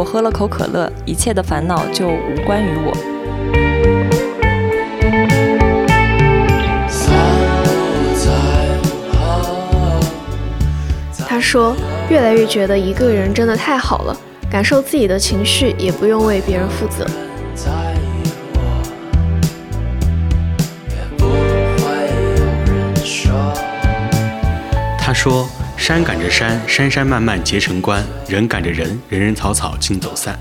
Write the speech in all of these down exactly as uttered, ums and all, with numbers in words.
我喝了口可乐，一切的烦恼就无关于我。 他说，越来越觉得一个人真的太好了，感受自己的情绪也不用为别人负责。 他说，山赶着山，山山漫漫结成关，人赶着人，人人草草尽走散。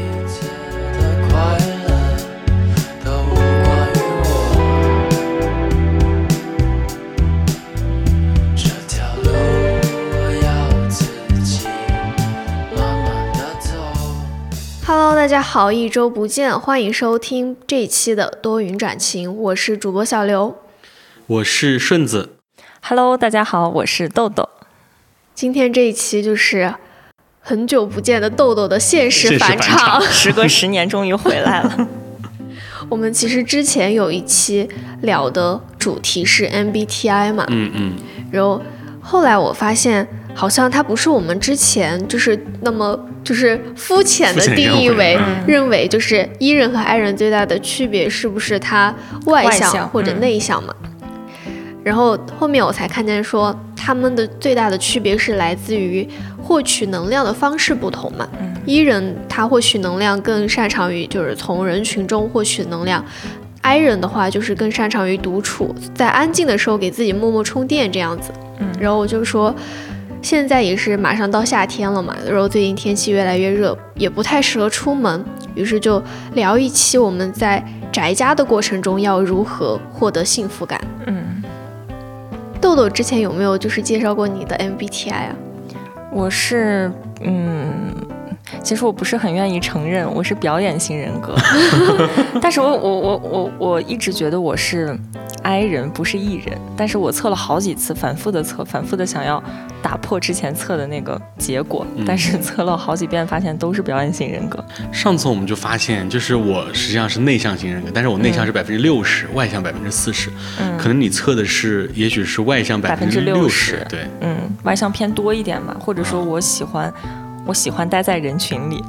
Hello， 大家好，一周不见，欢迎收听这一期的多云转晴，我是主播小刘， 我是顺子。 Hello， 大家好，我是豆豆。 今天这一期就是很久不见的豆豆的现实返场， 时隔十年终于回来了。 我们其实之前有一期聊的主题是 M B T I 嘛， 嗯嗯， 然后后来我发现好像它不是我们之前就是那么就是肤浅的定义为认为就是 E 人和 I 人最大的区别是不是他外向或者内向嘛、嗯、然后后面我才看见说他们的最大的区别是来自于获取能量的方式不同嘛、嗯、E 人他获取能量更擅长于就是从人群中获取能量， I 人的话就是更擅长于独处，在安静的时候给自己默默充电这样子、嗯、然后我就说现在也是马上到夏天了嘛，然后最近天气越来越热，也不太适合出门，于是就聊一期我们在宅家的过程中要如何获得幸福感。嗯，豆豆之前有没有就是介绍过你的 M B T I 啊？ 我是嗯，其实我不是很愿意承认我是表演型人格，但是我我我我我一直觉得我是 I 人不是 E 人，但是我测了好几次，反复的测，反复的想要打破之前测的那个结果、嗯、但是测了好几遍发现都是表演型人格。 上次我们就发现就是我实际上是内向型人格，但是我内向是百分之六十，外向百分之四十，可能你测的是也许是外向百分之六十，对， 嗯，外向偏多一点吧，或者说我喜欢、嗯、我喜欢待在人群里。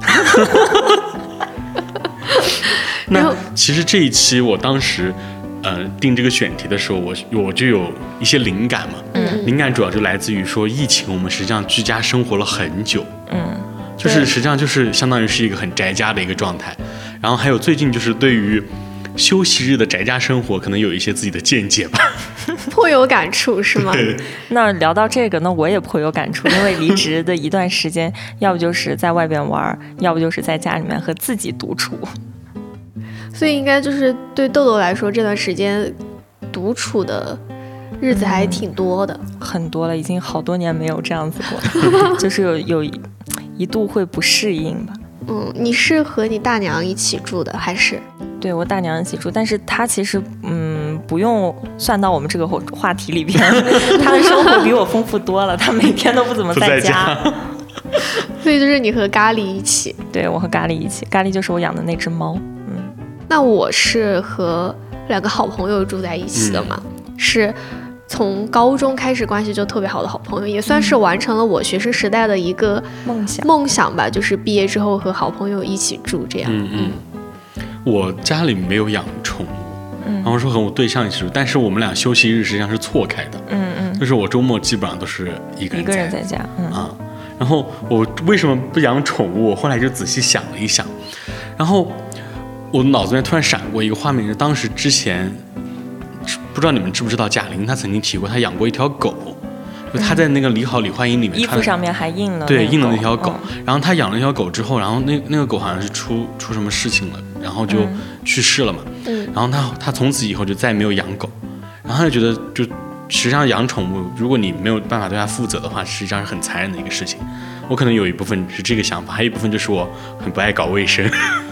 那其实这一期我当时呃，定这个选题的时候，我我就有一些灵感嘛，嗯，灵感主要就来自于说疫情，我们实际上居家生活了很久，嗯，就是实际上就是相当于是一个很宅家的一个状态，然后还有最近就是对于休息日的宅家生活，可能有一些自己的见解吧， 颇有感触是吗？ 那聊到这个，那我也颇有感触，因为离职的一段时间，要不就是在外边玩，要不就是在家里面和自己独处。 所以应该就是对豆豆来说，这段时间独处的日子还挺多的、嗯、 很多了，已经好多年没有这样子过就是有有一度会不适应吧。 嗯，你是和你大娘一起住的还是？ 对，我大娘一起住，但是她其实嗯不用算到我们这个话题里边她的生活比我丰富多了，她每天都不怎么在家, 在家所以就是你和咖喱一起？ 对，我和咖喱一起，咖喱就是我养的那只猫。 那我是和两个好朋友住在一起的嘛、嗯、是从高中开始关系就特别好的好朋友，也算是完成了我学生时代的一个梦想梦想吧，就是毕业之后和好朋友一起住这样。嗯嗯， 我家里没有养宠物、嗯、然后说和我对象一起住，但是我们俩休息日实际上是错开的。嗯嗯，就是我周末基本上都是一个人在一个人在家、嗯、 啊。然后我为什么不养宠物，我后来就仔细想了一想，然后我脑子里面突然闪过一个画面，是当时之前不知道你们知不知道贾玲她曾经提过她养过一条狗，就她在那个理好李焕英里面、 嗯、衣服上面还印了对印了那条狗、嗯、然后她养了一条狗之后，然后那那个狗好像是出出什么事情了，然后就去世了嘛、嗯、然后她她从此以后就再也没有养狗，然后她就觉得就实际上养宠物如果你没有办法对它负责的话，实际上是很残忍的一个事情。我可能有一部分是这个想法，还有一部分就是我很不爱搞卫生。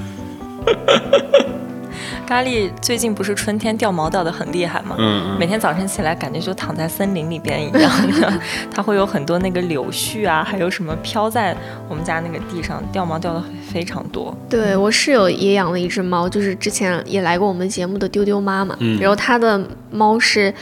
咖喱最近不是春天掉毛掉得很厉害吗？嗯嗯，每天早晨起来感觉就躺在森林里边一样它会有很多那个柳絮啊，还有什么飘在我们家那个地上，掉毛掉得非常多。 对，我室友也养了一只猫，就是之前也来过我们节目的丢丢妈妈、嗯、然后她的猫是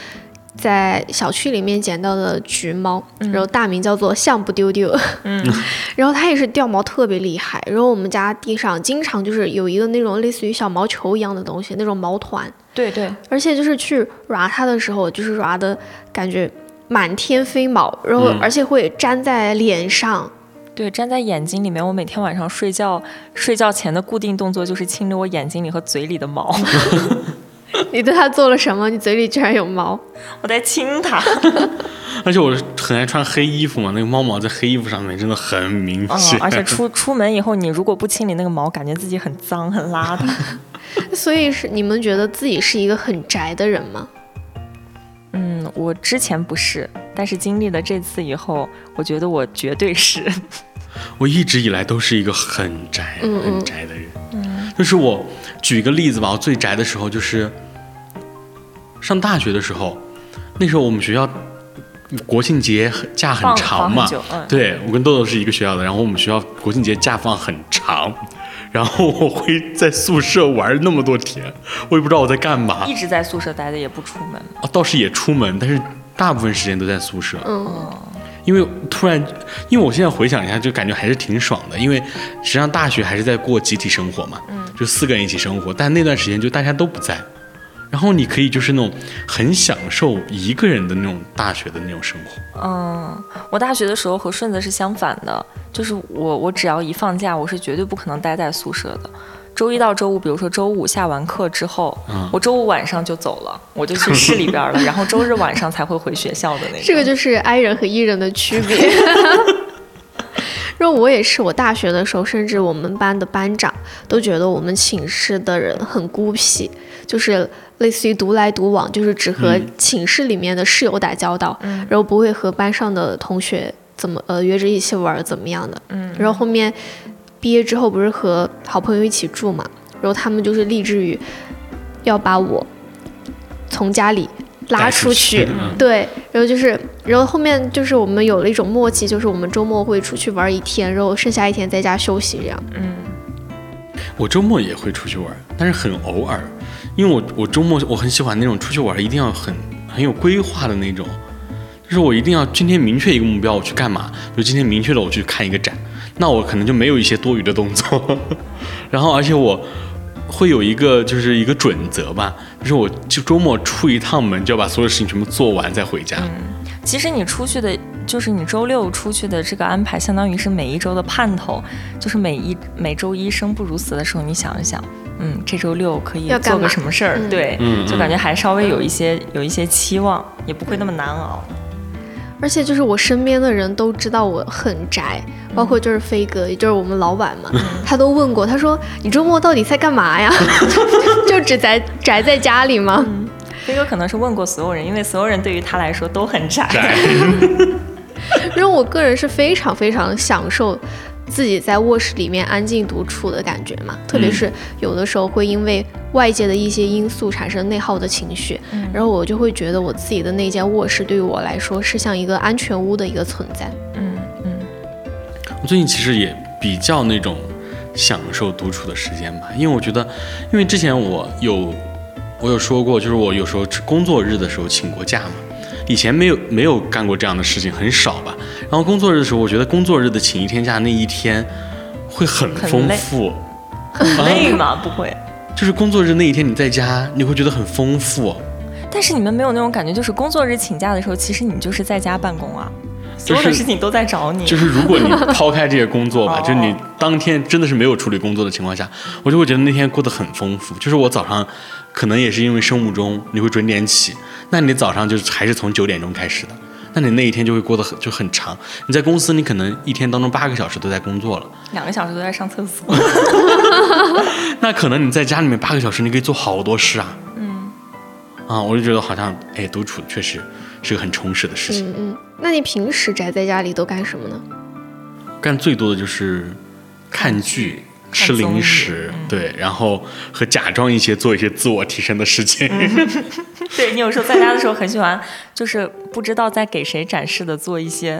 在小区里面捡到的橘猫，然后大名叫做相不丢丢，嗯，然后它也是掉毛特别厉害，然后我们家地上经常就是有一个那种类似于小毛球一样的东西，那种毛团， 对对， 而且就是去抓它的时候，就是抓的感觉满天飞毛，然后而且会粘在脸上。嗯对，粘在眼睛里面。我每天晚上睡觉睡觉前的固定动作就是清理我眼睛里和嘴里的毛。 你对它做了什么？你嘴里居然有毛？ 我在亲它。 而且我很爱穿黑衣服嘛，那个猫毛在黑衣服上面真的很明显。 嗯、而且出出门以后，你如果不清理那个毛，感觉自己很脏很邋遢。 所以是你们觉得自己是一个很宅的人吗？ 嗯，我之前不是，但是经历了这次以后，我觉得我绝对是。 我一直以来都是一个很宅、 嗯很宅的人。嗯，就是我举一个例子吧，我最宅的时候就是上大学的时候，那时候我们学校国庆节假很长嘛， 嗯、 对，我跟豆豆是一个学校的，然后我们学校国庆节假放很长。然后我会在宿舍玩那么多天，我也不知道我在干嘛。 一直在宿舍待着也不出门。 哦，倒是也出门，但是大部分时间都在宿舍。 嗯， 因为突然，因为我现在回想一下，就感觉还是挺爽的。因为实际上大学还是在过集体生活嘛，嗯，就四个人一起生活，但那段时间就大家都不在，然后你可以就是那种很享受一个人的那种大学的那种生活。 嗯，我大学的时候和顺子是相反的，就是我我只要一放假，我是绝对不可能待在宿舍的。周一到周五，比如说周五下完课之后，嗯、我周五晚上就走了，我就去市里边了，然后周日晚上才会回学校的那种。 这个就是 I 人和 E 人的区别。然后我也是，我大学的时候，甚至我们班的班长都觉得我们寝室的人很孤僻，就是类似于独来独往，就是只和寝室里面的室友打交道，嗯、然后不会和班上的同学怎么呃约着一起玩怎么样的。嗯，然后后面毕业之后不是和好朋友一起住嘛，然后他们就是立志于要把我从家里拉出去， 嗯、 对，然后就是，然后后面就是我们有了一种默契，就是我们周末会出去玩一天，然后剩下一天在家休息这样。 嗯， 我周末也会出去玩，但是很偶尔，因为我我周末我很喜欢那种出去玩一定要很很有规划的那种，就是我一定要今天明确一个目标，我去干嘛，就今天明确了我去看一个展，那我可能就没有一些多余的动作，然后而且我会有一个就是一个准则吧，就是我就周末出一趟门就要把所有事情全部做完再回家。 嗯，其实你出去的就是你周六出去的这个安排，相当于是每一周的盼头，就是每一每周一生不如死的时候，你想一想，嗯，这周六可以做个什么事儿， 嗯、 对， 嗯， 就感觉还稍微有一些有一些期望，也不会那么难熬。 而且就是我身边的人都知道我很宅，包括就是飞哥，也就是我们老板嘛，他都问过，他说你周末到底在干嘛呀？就只在宅在家里吗？ 嗯，飞哥可能是问过所有人，因为所有人对于他来说都很宅。 宅因为我个人是非常非常享受自己在卧室里面安静独处的感觉嘛，特别是有的时候会因为外界的一些因素产生内耗的情绪，嗯、然后我就会觉得我自己的那间卧室对于我来说是像一个安全屋的一个存在。 嗯嗯， 我最近其实也比较那种享受独处的时间吧，因为我觉得，因为之前我有我有说过，就是我有时候工作日的时候请过假嘛。以前没有没有干过这样的事情，很少吧。然后工作日的时候，我觉得工作日的请一天假那一天会很丰富， 很累, 很累吗？不会， 就是工作日那一天你在家，你会觉得很丰富。 但是你们没有那种感觉，就是工作日请假的时候，其实你就是在家办公啊，所有的事情都在找你。 就是如果你抛开这些工作吧，就是你当天真的是没有处理工作的情况下，我就会觉得那天过得很丰富。就是我早上可能也是因为生物钟，你会准点起，那你早上就还是从九点钟开始的，那你那一天就会过得很就很长。你在公司，你可能一天当中八个小时都在工作了， 两个小时都在上厕所。 那可能你在家里面八个小时，你可以做好多事啊。 嗯， 啊，我就觉得好像哎，独处确实是个很充实的事情。 嗯嗯，那你平时宅在家里都干什么呢？ 干最多的就是看剧。吃零食， 嗯、 对，然后和假装一些做一些自我提升的事情。 嗯、对，你有时候在家的时候很喜欢，就是不知道在给谁展示的做一些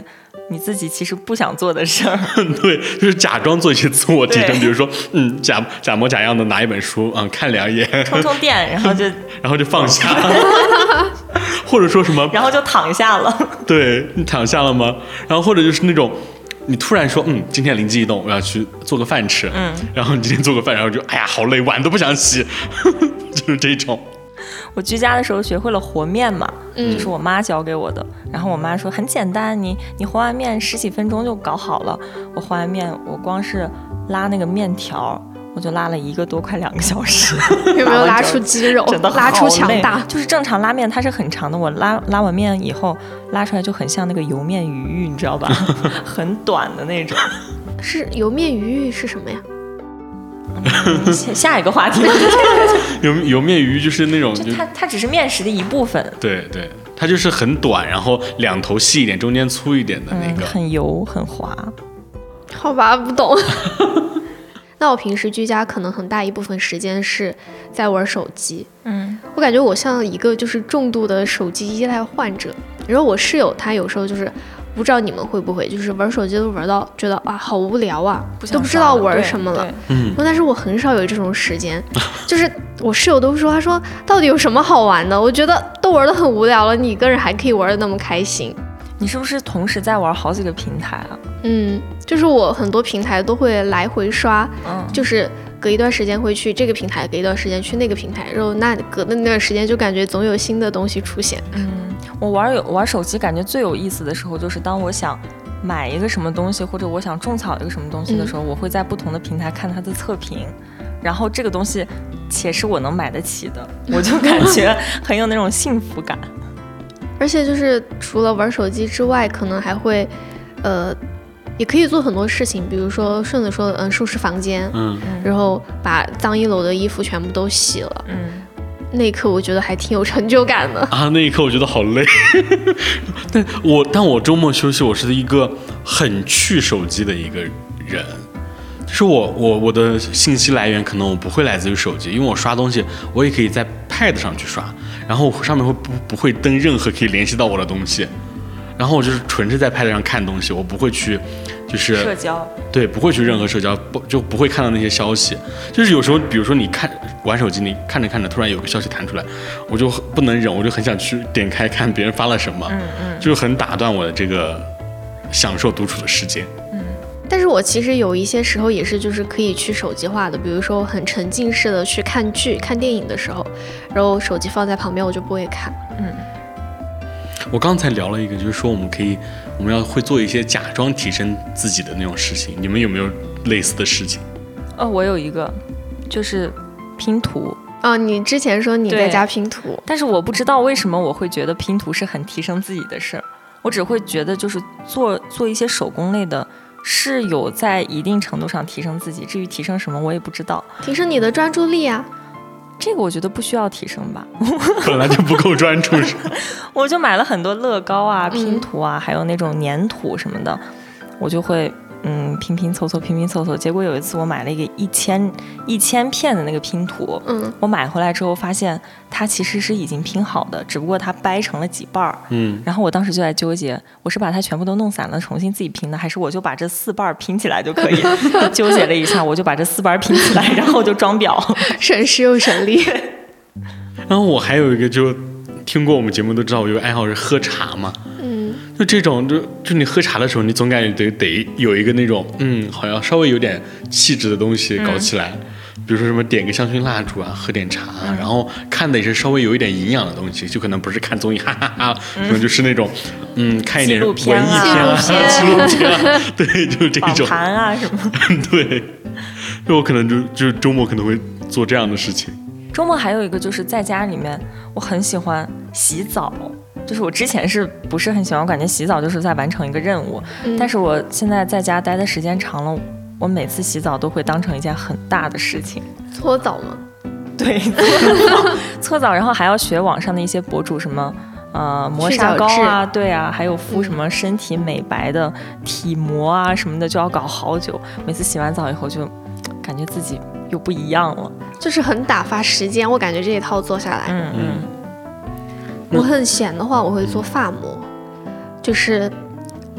你自己其实不想做的事儿。 对，就是假装做一些自我提升，比如说，嗯，假假模假样的拿一本书，嗯，看两眼， 充充电，然后就然后就放下，或者说什么， 然后就躺下了。 对，你躺下了吗？然后或者就是那种。你突然说，嗯，今天灵机一动，我要去做个饭吃，嗯，然后你今天做个饭，然后就，哎呀，好累，碗都不想洗，就是这种。 我居家的时候学会了和面嘛，嗯，就是我妈教给我的。然后我妈说很简单，你你和完面十几分钟就搞好了。我和完面，我光是拉那个面条，我就拉了一个多快两个小时。 有没有拉出肌肉？ 真的拉出强大。 就是正常拉面它是很长的，我拉拉完面以后拉出来就很像那个油面鱼，你知道吧？很短的那种。 是油面鱼是什么呀？ 嗯、下一个话题。 油油面鱼就是那种， 就它它只是面食的一部分。 对对，它就是很短，然后两头细一点，中间粗一点的那个， 嗯、很油很滑。 好吧，不懂。那我平时居家可能很大一部分时间是在玩手机，嗯，我感觉我像一个就是重度的手机依赖患者。然后我室友他有时候就是，不知道你们会不会，就是玩手机都玩到觉得啊好无聊啊，都不知道玩什么了，嗯，但是我很少有这种时间，就是我室友都说，他说到底有什么好玩的？我觉得都玩得很无聊了，你一个人还可以玩得那么开心。 你是不是同时在玩好几个平台啊？ 嗯，就是我很多平台都会来回刷，嗯，就是隔一段时间会去这个平台，隔一段时间去那个平台，然后那隔的那段时间就感觉总有新的东西出现。 嗯，我玩有玩手机感觉最有意思的时候，就是当我想买一个什么东西，或者我想种草一个什么东西的时候，嗯，我会在不同的平台看它的测评，然后这个东西且是我能买得起的，我就感觉很有那种幸福感。 而且就是除了玩手机之外，可能还会，呃，也可以做很多事情，比如说顺子说的，嗯，收拾房间，嗯，然后把脏一篓的衣服全部都洗了，嗯，那一刻我觉得还挺有成就感的啊。那一刻我觉得好累，但我但我周末休息，我是一个很去手机的一个人。就是我我我的信息来源可能我不会来自于手机，因为我刷东西我也可以在 Pad 上去刷，然后上面会不不会登任何可以联系到我的东西，然后我就是纯是在 Pad 上看东西，我不会去就是社交， 对，不会去任何社交，不就不会看到那些消息。就是有时候比如说你看玩手机，你看着看着突然有个消息弹出来，我就不能忍，我就很想去点开看别人发了什么，嗯嗯，就很打断我的这个享受独处的时间。 但是我其实有一些时候也是就是可以去手机化的，比如说很沉浸式的去看剧看电影的时候，然后手机放在旁边我就不会看。嗯， 我刚才聊了一个，就是说我们可以我们要会做一些假装提升自己的那种事情，你们有没有类似的事情？ 哦，我有一个就是拼图。 哦，你之前说你在家拼图， 但是我不知道为什么我会觉得拼图是很提升自己的事儿，我只会觉得就是做做一些手工类的是有在一定程度上提升自己，至于提升什么我也不知道。 提升你的专注力啊， 这个我觉得不需要提升吧， 本来就不够专注。 我就买了很多乐高啊、拼图啊、嗯、还有那种粘土什么的，我就会嗯拼拼凑凑拼拼凑凑。结果有一次我买了一个一千一千片的那个拼图，嗯，我买回来之后发现它其实是已经拼好的，只不过它掰成了几瓣儿，嗯，然后我当时就在纠结，我是把它全部都弄散了重新自己拼的，还是我就把这四瓣拼起来就可以？纠结了一下，我就把这四瓣拼起来，然后就装裱， 省时又省力。 然后我还有一个，就听过我们节目都知道我有个爱好是喝茶嘛，嗯，就这种就就你喝茶的时候，你总感觉得得有一个那种嗯，好像稍微有点气质的东西搞起来。嗯，比如说什么点个香薰蜡烛啊，喝点茶，嗯，然后看的也是稍微有一点营养的东西，就可能不是看综艺哈哈哈，可能就是那种嗯看一点文艺片啊、纪录片啊，对，就这种访谈啊什么， 对，就我可能就就周末可能会做这样的事情。 周末还有一个就是在家里面，我很喜欢洗澡。就是我之前是不是很喜欢，我感觉洗澡就是在完成一个任务，嗯，但是我现在在家待的时间长了，我每次洗澡都会当成一件很大的事情。 搓澡吗？ 对，搓澡，搓澡，然后还要学网上的一些博主什么呃磨砂膏啊，对啊，还有敷什么身体美白的体膜啊什么的，就要搞好久。每次洗完澡以后就感觉自己又不一样了， 就是很打发时间。我感觉这一套做下来，嗯嗯，我很闲的话，我会做发膜，就是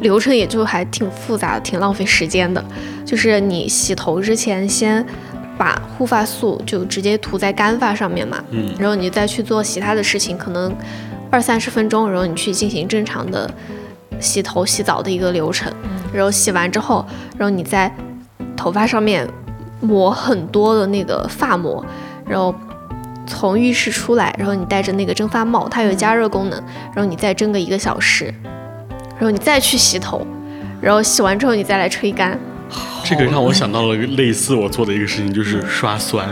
流程也就还挺复杂的，挺浪费时间的。就是你洗头之前先把护发素就直接涂在干发上面嘛， 嗯， 然后你再去做其他的事情，可能二三十分钟，然后你去进行正常的洗头洗澡的一个流程，然后洗完之后，然后你在头发上面抹很多的那个发膜，然后从浴室出来，然后你戴着那个蒸发帽，它有加热功能，然后你再蒸个一个小时，然后你再去洗头，然后洗完之后你再来吹干。 这个让我想到了类似我做的一个事情，就是刷酸。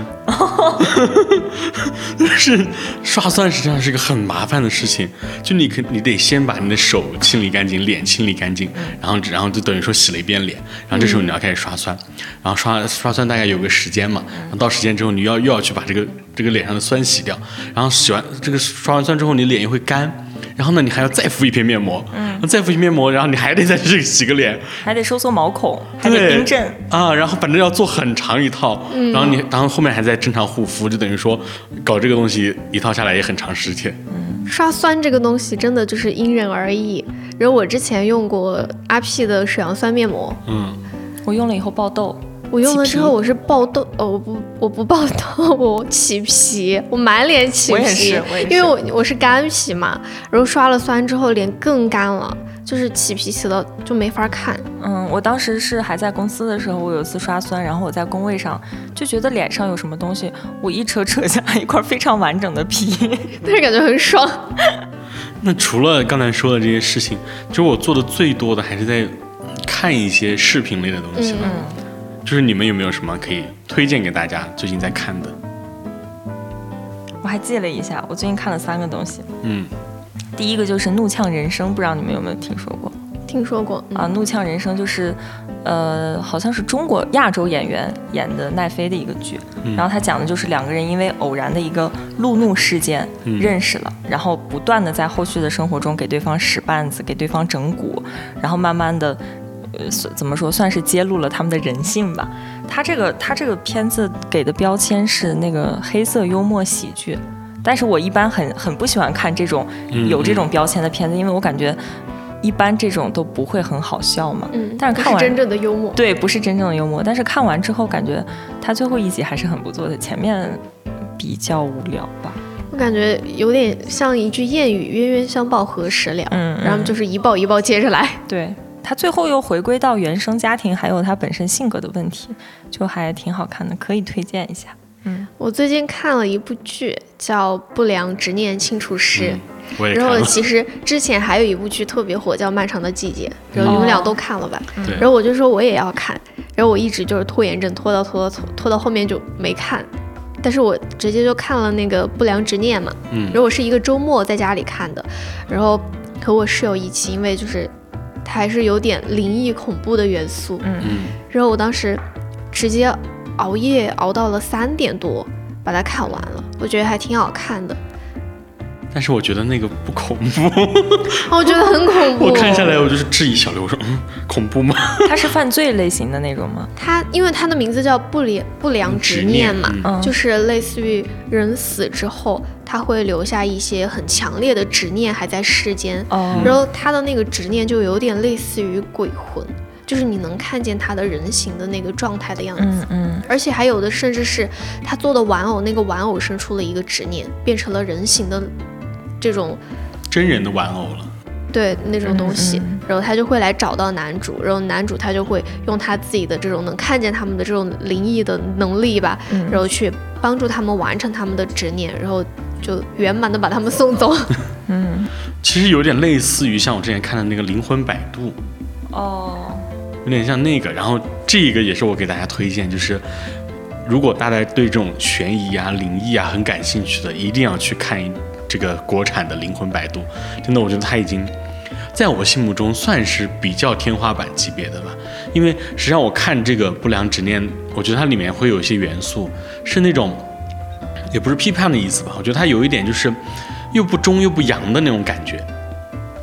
就是刷酸实际上是个很麻烦的事情，就你可你得先把你的手清理干净，脸清理干净，然后然后就等于说洗了一遍脸，然后这时候你要开始刷酸，然后刷刷酸大概有个时间嘛，然后到时间之后你要又要去把这个这个脸上的酸洗掉，然后洗完这个刷完酸之后你脸又会干。然后呢，你还要再敷一片面膜，嗯，再敷一片面膜，然后你还得再去洗个脸， 还得收缩毛孔，还得冰镇啊，然后反正要做很长一套，嗯、然后你，然后后面还在正常护肤，就等于说搞这个东西一套下来也很长时间。 嗯，刷酸这个东西真的就是因人而异。然后我之前用过阿 P 的水杨酸面膜， 嗯， 我用了以后爆痘。 我用了之后我是爆痘，哦，我不我不爆痘，我起皮，我满脸起皮， 我也是，我也是， 因为我我是干皮嘛，然后刷了酸之后脸更干了，就是起皮起的就没法看。 嗯，我当时是还在公司的时候，我有一次刷酸，然后我在工位上就觉得脸上有什么东西，我一扯扯下来一块非常完整的皮， 但是感觉很爽。 那除了刚才说的这些事情，就我做的最多的还是在看一些视频类的东西了。 嗯。 就是你们有没有什么可以推荐给大家最近在看的？ 我还记了一下，我最近看了三个东西。 嗯， 第一个就是《怒呛人生》，不知道你们有没有听说过？ 听说过、 嗯、啊，《怒呛人生》就是，呃，好像是中国亚洲演员演的奈飞的一个剧，嗯、然后他讲的就是两个人因为偶然的一个路怒事件认识了，嗯、然后不断的在后续的生活中给对方使绊子，给对方整蛊，然后慢慢的。呃，怎么说，算是揭露了他们的人性吧。他这个他这个片子给的标签是那个黑色幽默喜剧，但是我一般很很不喜欢看这种有这种标签的片子，嗯、因为我感觉一般这种都不会很好笑嘛。 嗯， 但是看完不是真正的幽默， 对，不是真正的幽默。但是看完之后，感觉他最后一集还是很不错的，前面比较无聊吧。 我感觉有点像一句谚语：“冤冤相报何时了。” 嗯， 然后就是一报一报接着来。 对。他最后又回归到原生家庭，还有他本身性格的问题，就还挺好看的，可以推荐一下。嗯， 我最近看了一部剧叫《不良执念清除师》， 嗯、我也看了。 然后其实之前还有一部剧特别火，叫《漫长的季节》，然后你们俩都看了吧？ 嗯、 然后我就说我也要看，然后我一直就是拖延症，拖到拖到拖拖到后面就没看。但是我直接就看了那个《不良执念》嘛， 嗯， 然后我是一个周末在家里看的，然后和我室友一起，因为就是它还是有点灵异恐怖的元素， 嗯嗯， 然后我当时直接熬夜熬到了三点多把它看完了，我觉得还挺好看的。 但是我觉得那个不恐怖， 我觉得很恐怖。 我看下来我就是质疑小刘，我说嗯，恐怖吗？ 它是犯罪类型的那种吗？ 它因为它的名字叫不良不良执念嘛， 嗯、 就是类似于人死之后，他会留下一些很强烈的执念还在世间， 哦、 然后他的那个执念就有点类似于鬼魂，就是你能看见他的人形的那个状态的样子， 嗯嗯， 而且还有的甚至是他做的玩偶，那个玩偶生出了一个执念，变成了人形的这种真人的玩偶了， 对那种东西， 嗯嗯、 然后他就会来找到男主，然后男主他就会用他自己的这种能看见他们的这种灵异的能力吧， 嗯、 然后去帮助他们完成他们的执念，然后就圆满的把他们送走。 嗯， 其实有点类似于像我之前看的那个《灵魂摆渡》， 哦， 有点像那个。然后这个也是我给大家推荐，就是如果大家对这种悬疑啊、灵异啊很感兴趣的，一定要去看一。这个国产的《灵魂摆渡》，真的，我觉得它已经在我心目中算是比较天花板级别的吧。因为实际上我看这个《不良执念》，我觉得它里面会有一些元素是那种，也不是批判的意思吧，我觉得它有一点就是又不中又不洋的那种感觉。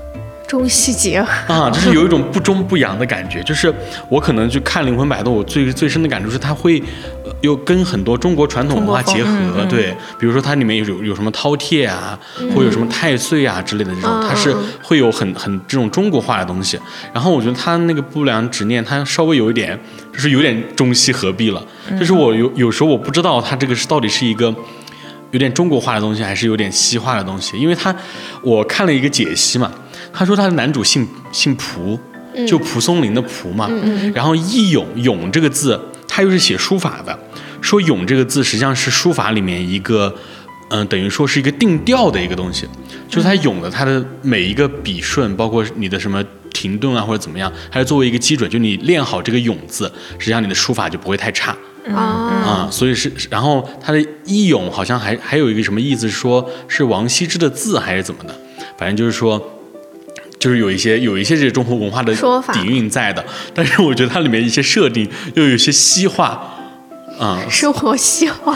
中西结合啊，就是有一种不中不洋的感觉。就是我可能去看《灵魂摆渡》，我最最深的感触是它会又跟很多中国传统文化结合， 嗯嗯、 对，比如说它里面有有什么饕餮啊，嗯、或有什么太岁啊之类的这种，它是会有很很这种中国化的东西。然后我觉得它那个不良执念，它稍微有一点就是有点中西合璧了。嗯、就是我有有时候我不知道它这个是到底是一个有点中国化的东西，还是有点西化的东西，因为它我看了一个解析嘛。他说他的男主姓姓蒲，就蒲松龄的蒲嘛， 嗯、 然后义勇勇这个字，他又是写书法的，说勇这个字实际上是书法里面一个，嗯、呃，等于说是一个定调的一个东西，就是他勇的他的每一个笔顺，包括你的什么停顿啊或者怎么样，还是作为一个基准，就你练好这个勇字，实际上你的书法就不会太差。 啊、 嗯嗯，所以是，然后他的义勇好像还还有一个什么意思，说是王羲之的字还是怎么的，反正就是说。就是有一些有一些这些中国文化的底蕴在的，但是我觉得它里面一些设定又有一些西化，啊、嗯， 生活西化。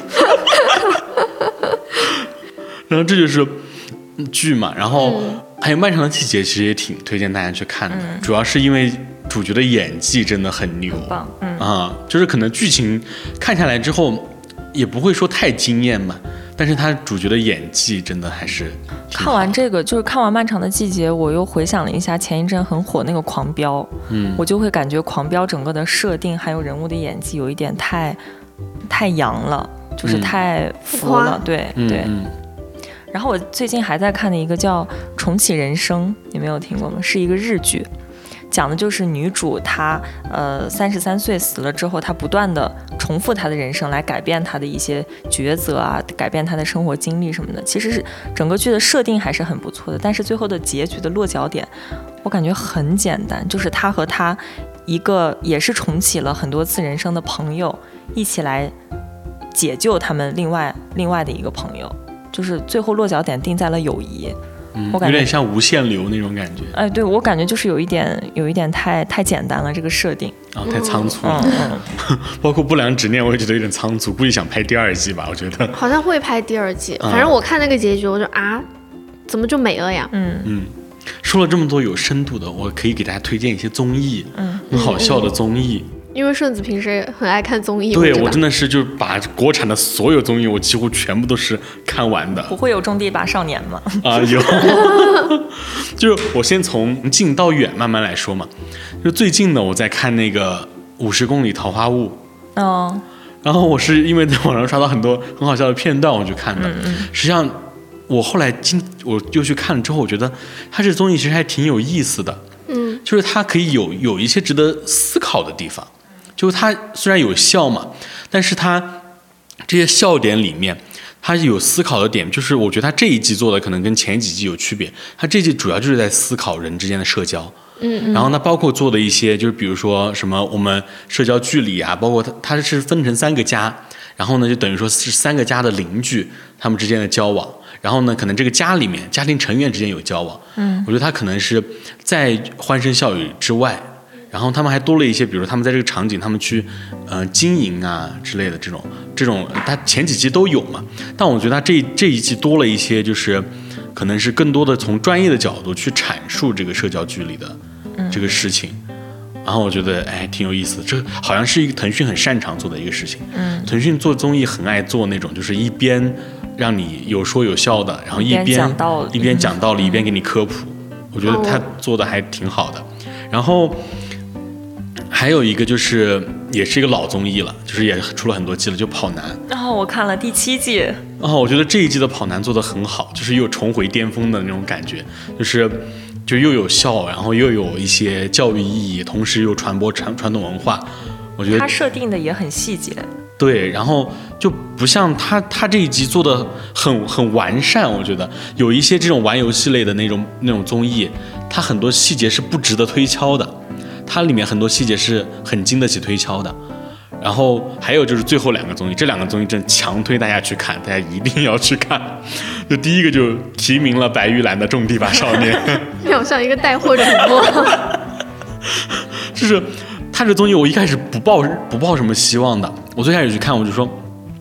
然后这就是剧嘛，然后还有《漫长的季节》，其实也挺推荐大家去看的，嗯、主要是因为主角的演技真的很牛， 很棒，嗯啊，就是可能剧情看下来之后也不会说太惊艳嘛。但是他主角的演技真的还是看完这个，就是看完《漫长的季节》，我又回想了一下前一阵很火那个《狂飙》， 嗯， 我就会感觉《狂飙》整个的设定还有人物的演技有一点太太洋了，就是太浮了， 嗯、 对、 嗯、 对。 嗯、 然后我最近还在看的一个叫《重启人生》，你没有听过吗？是一个日剧。讲的就是女主她呃三十三岁死了之后，她不断的重复她的人生来改变她的一些抉择啊，改变她的生活经历什么的。其实是整个剧的设定还是很不错的，但是最后的结局的落脚点，我感觉很简单，就是她和她一个也是重启了很多次人生的朋友一起来解救他们另外另外的一个朋友，就是最后落脚点定在了友谊。 嗯、 我感觉有点像无限流那种感觉。 哎，对，我感觉就是有一点，有一点太太简单了，这个设定啊、哦，太仓促了。 嗯嗯、 包括《不良执念》，我也觉得有点仓促，估计想拍第二季吧，我觉得。 好像会拍第二季，反正我看那个结局，我就啊，怎么就没了呀？ 嗯嗯。说了这么多有深度的，我可以给大家推荐一些综艺， 嗯， 很好笑的综艺。 嗯因为顺子平时也很爱看综艺， 对， 我, 我真的是就把国产的所有综艺，我几乎全部都是看完的。 不会有种地吧少年吗？ 啊，有。就是我先从近到远慢慢来说嘛。就最近呢，我在看那个五十公里桃花坞。 哦。 然后我是因为在网上刷到很多很好笑的片段，我去看的。 嗯嗯。 实际上，我后来今我又去看了之后，我觉得它这综艺其实还挺有意思的。 嗯。 就是它可以有有一些值得思考的地方。就是它虽然有笑嘛，但是它这些笑点里面，它有思考的点，就是我觉得它这一季做的可能跟前几季有区别。它这季主要就是在思考人之间的社交， 嗯, 嗯， 然后呢，包括做的一些，就是比如说什么我们社交距离啊，包括它它是分成三个家，然后呢就等于说是三个家的邻居他们之间的交往，然后呢可能这个家里面家庭成员之间有交往， 嗯， 我觉得它可能是在欢声笑语之外。然后他们还多了一些，比如他们在这个场景，他们去，呃，经营啊之类的这种，这种，他前几季都有嘛。但我觉得他这这一季多了一些，就是可能是更多的从专业的角度去阐述这个社交距离的这个事情。嗯、然后我觉得，哎，挺有意思的。这好像是一个腾讯很擅长做的一个事情。 嗯。 腾讯做综艺很爱做那种，就是一边让你有说有笑的，然后一边一边讲道理， 一边讲道理，一边给你科普。我觉得他做的还挺好的。然后。还有一个就是也是一个老综艺了，就是也出了很多季了，就跑男。 然后、哦、我看了第七季。 哦，我觉得这一季的跑男做得很好，就是又重回巅峰的那种感觉，就是就又有笑，然后又有一些教育意义，同时又传播传传统文化。我觉得他设定的也很细节。 对，然后就不像他他这一集做的很很完善，我觉得有一些这种玩游戏类的那种那种综艺，它很多细节是不值得推敲的。它里面很多细节是很经得起推敲的，然后还有就是最后两个综艺，这两个综艺真强推大家去看，大家一定要去看。就第一个就提名了白玉兰的《种地吧少年》， 你好像一个带货主播。 就是他这综艺，我一开始不抱不抱什么希望的，我最开始去看我就说，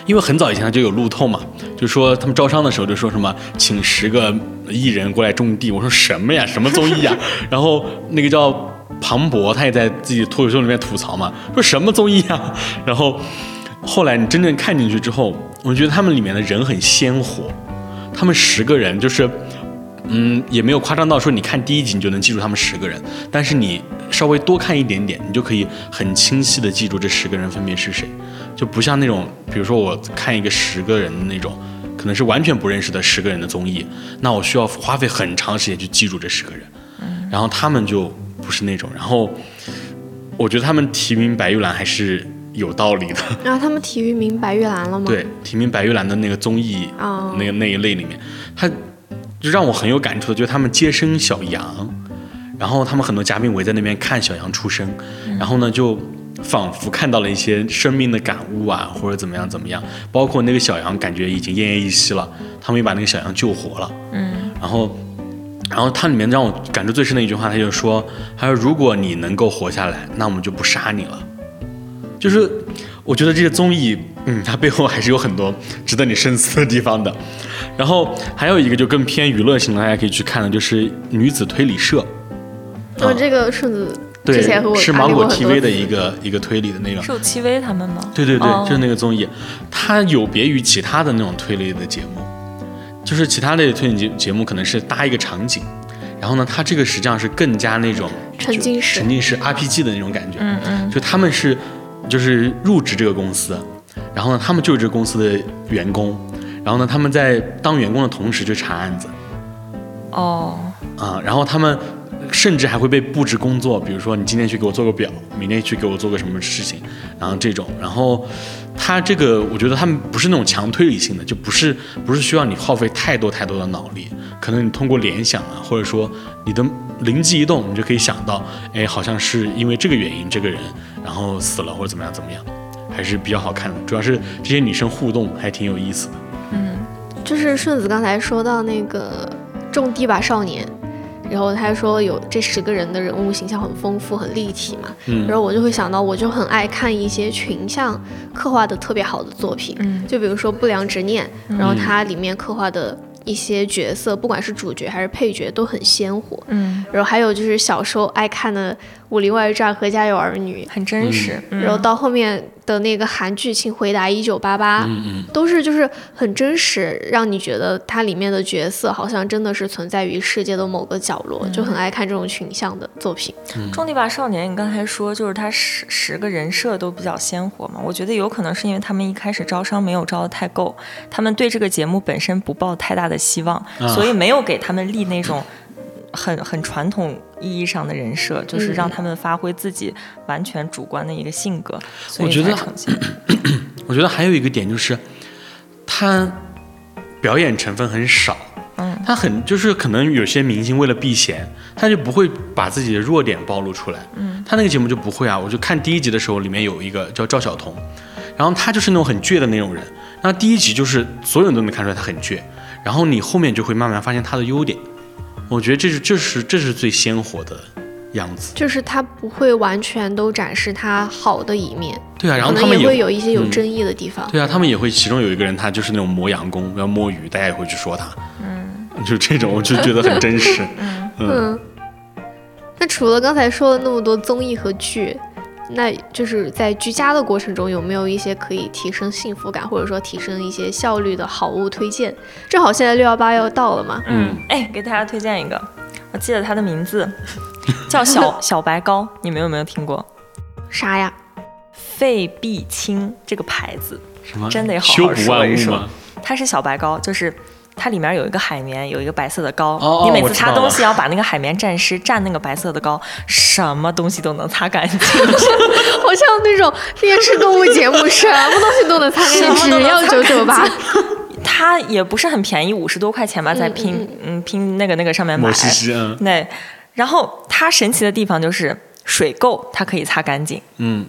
因为很早以前他就有路透嘛，就说他们招商的时候就说什么请十个艺人过来种地，我说什么呀，什么综艺呀？然后那个叫庞博，他也在自己脱口秀里面吐槽嘛，说什么综艺呀？然后后来你真正看进去之后，我觉得他们里面的人很鲜活，他们十个人就是。嗯，也没有夸张到说你看第一集你就能记住他们十个人，但是你稍微多看一点点，你就可以很清晰的记住这十个人分别是谁，就不像那种，比如说我看一个十个人的那种，可能是完全不认识的十个人的综艺，那我需要花费很长时间去记住这十个人，然后他们就不是那种，然后我觉得他们提名白玉兰还是有道理的。 然后他们提名白玉兰了吗？ 对，提名白玉兰的那个综艺，哦、那个那一类里面，他。就让我很有感触的，就是他们接生小羊，然后他们很多嘉宾围在那边看小羊出生，然后呢就仿佛看到了一些生命的感悟啊，或者怎么样怎么样，包括那个小羊感觉已经奄奄一息了，他们也把那个小羊救活了，嗯，然后，然后它里面让我感触最深的一句话，他就说，他说如果你能够活下来，那我们就不杀你了，就是我觉得这些综艺，嗯，它背后还是有很多值得你深思的地方的。然后还有一个就更偏娱乐性的，大家可以去看的，就是女子推理社。 哦，这个顺子之前和我是芒果 T V 的一个一个推理的那种。 是有戚薇他们吗？ 对对对，哦、就是那个综艺，它有别于其他的那种推理的节目，就是其他类的推理节节目可能是搭一个场景，然后呢，它这个实际上是更加那种沉浸式、 沉浸式 R P G 的那种感觉。 嗯嗯， 就他们是就是入职这个公司，然后呢，他们就是这个公司的员工。然后呢，他们在当员工的同时去查案子， 哦， 啊，然后他们甚至还会被布置工作，比如说你今天去给我做个表，明天去给我做个什么事情，然后这种，然后他这个我觉得他们不是那种强推理性的，就不是不是需要你耗费太多太多的脑力，可能你通过联想啊，或者说你的灵机一动，你就可以想到，哎，好像是因为这个原因，这个人然后死了或者怎么样怎么样，还是比较好看的，主要是这些女生互动还挺有意思的。 嗯，就是顺子刚才说到那个种地吧少年，然后他说有这十个人的人物形象很丰富很立体嘛，嗯，然后我就会想到，我就很爱看一些群像刻画的特别好的作品，嗯，就比如说《不良执念》，然后它里面刻画的一些角色，不管是主角还是配角都很鲜活，嗯，然后还有就是小时候爱看的《武林外传》和《家有儿女》， 很真实， 嗯，然后到后面的那个韩剧《请回答一九八八》，都是就是很真实，让你觉得它里面的角色好像真的是存在于世界的某个角落，嗯，就很爱看这种群像的作品。 嗯，种地吧少年，你刚才说就是他十十个人设都比较鲜活嘛，我觉得有可能是因为他们一开始招商没有招得太够，他们对这个节目本身不抱太大的希望，啊，所以没有给他们立那种很很传统意义上的人设，就是让他们发挥自己完全主观的一个性格，所以才呈现。 我觉得还有一个点就是，他表演成分很少，嗯，他很就是可能有些明星为了避嫌，他就不会把自己的弱点暴露出来，嗯，他那个节目就不会啊。我就看第一集的时候，里面有一个叫赵晓彤，然后他就是那种很倔的那种人，那第一集就是所有人都能看出来他很倔，然后你后面就会慢慢发现他的优点。我觉得这是这是这是最鲜活的样子， 就是他不会完全都展示他好的一面。 对啊，然后他们也会有一些有争议的地方。 嗯，对啊，他们也会，其中有一个人他就是那种磨洋工，要摸鱼，大家也会去说他。嗯，就这种我就觉得很真实。 嗯嗯。那除了刚才说了那么多综艺和剧，那就是在居家的过程中有没有一些可以提升幸福感或者说提升一些效率的好物推荐？正好现在六一八要到了嘛。 嗯，哎，给大家推荐一个，我记得它的名字叫小小白膏，你们有没有听过？ 啥呀？ 肺必清这个牌子， 什么？ 真得好好说一说。它是小白膏，就是它里面有一个海绵，有一个白色的膏， 哦， 你每次擦东西要把那个海绵蘸湿，蘸那个白色的膏，什么东西都能擦干净。 好像那种电视动物节目，什么东西都能擦干净，只要九九八。 它也不是很便宜，五十多块钱吧，在拼嗯, 嗯拼那个那个上面买。 嗯， 对。然后它神奇的地方就是水垢，它可以擦干净。 嗯。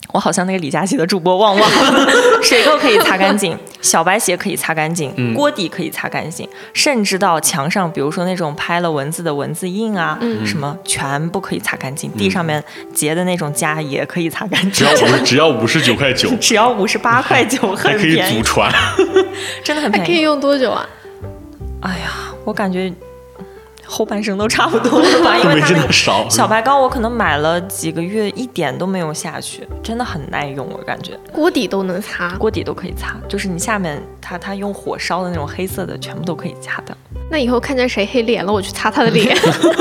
我好像那个李佳琦的主播旺旺，水垢可以擦干净，小白鞋可以擦干净， 嗯锅底可以擦干净，甚至到墙上，比如说那种拍了文字的文字印啊， 嗯什么全部可以擦干净，地上面结的那种痂也可以擦干净， 只要五只要五十九块九， 只要五十八块九， 还可以很便宜祖，传。 真的很便宜。 还可以用多久啊？ 哎呀，我感觉后半生都差不多了吧，因为没它那个这么少。 小白膏我可能买了几个月，一点都没有下去，真的很耐用，我感觉锅底都能擦。 锅底都可以擦，就是你下面它它用火烧的那种黑色的，全部都可以擦的。 那以后看见谁黑脸了，我去擦他的脸。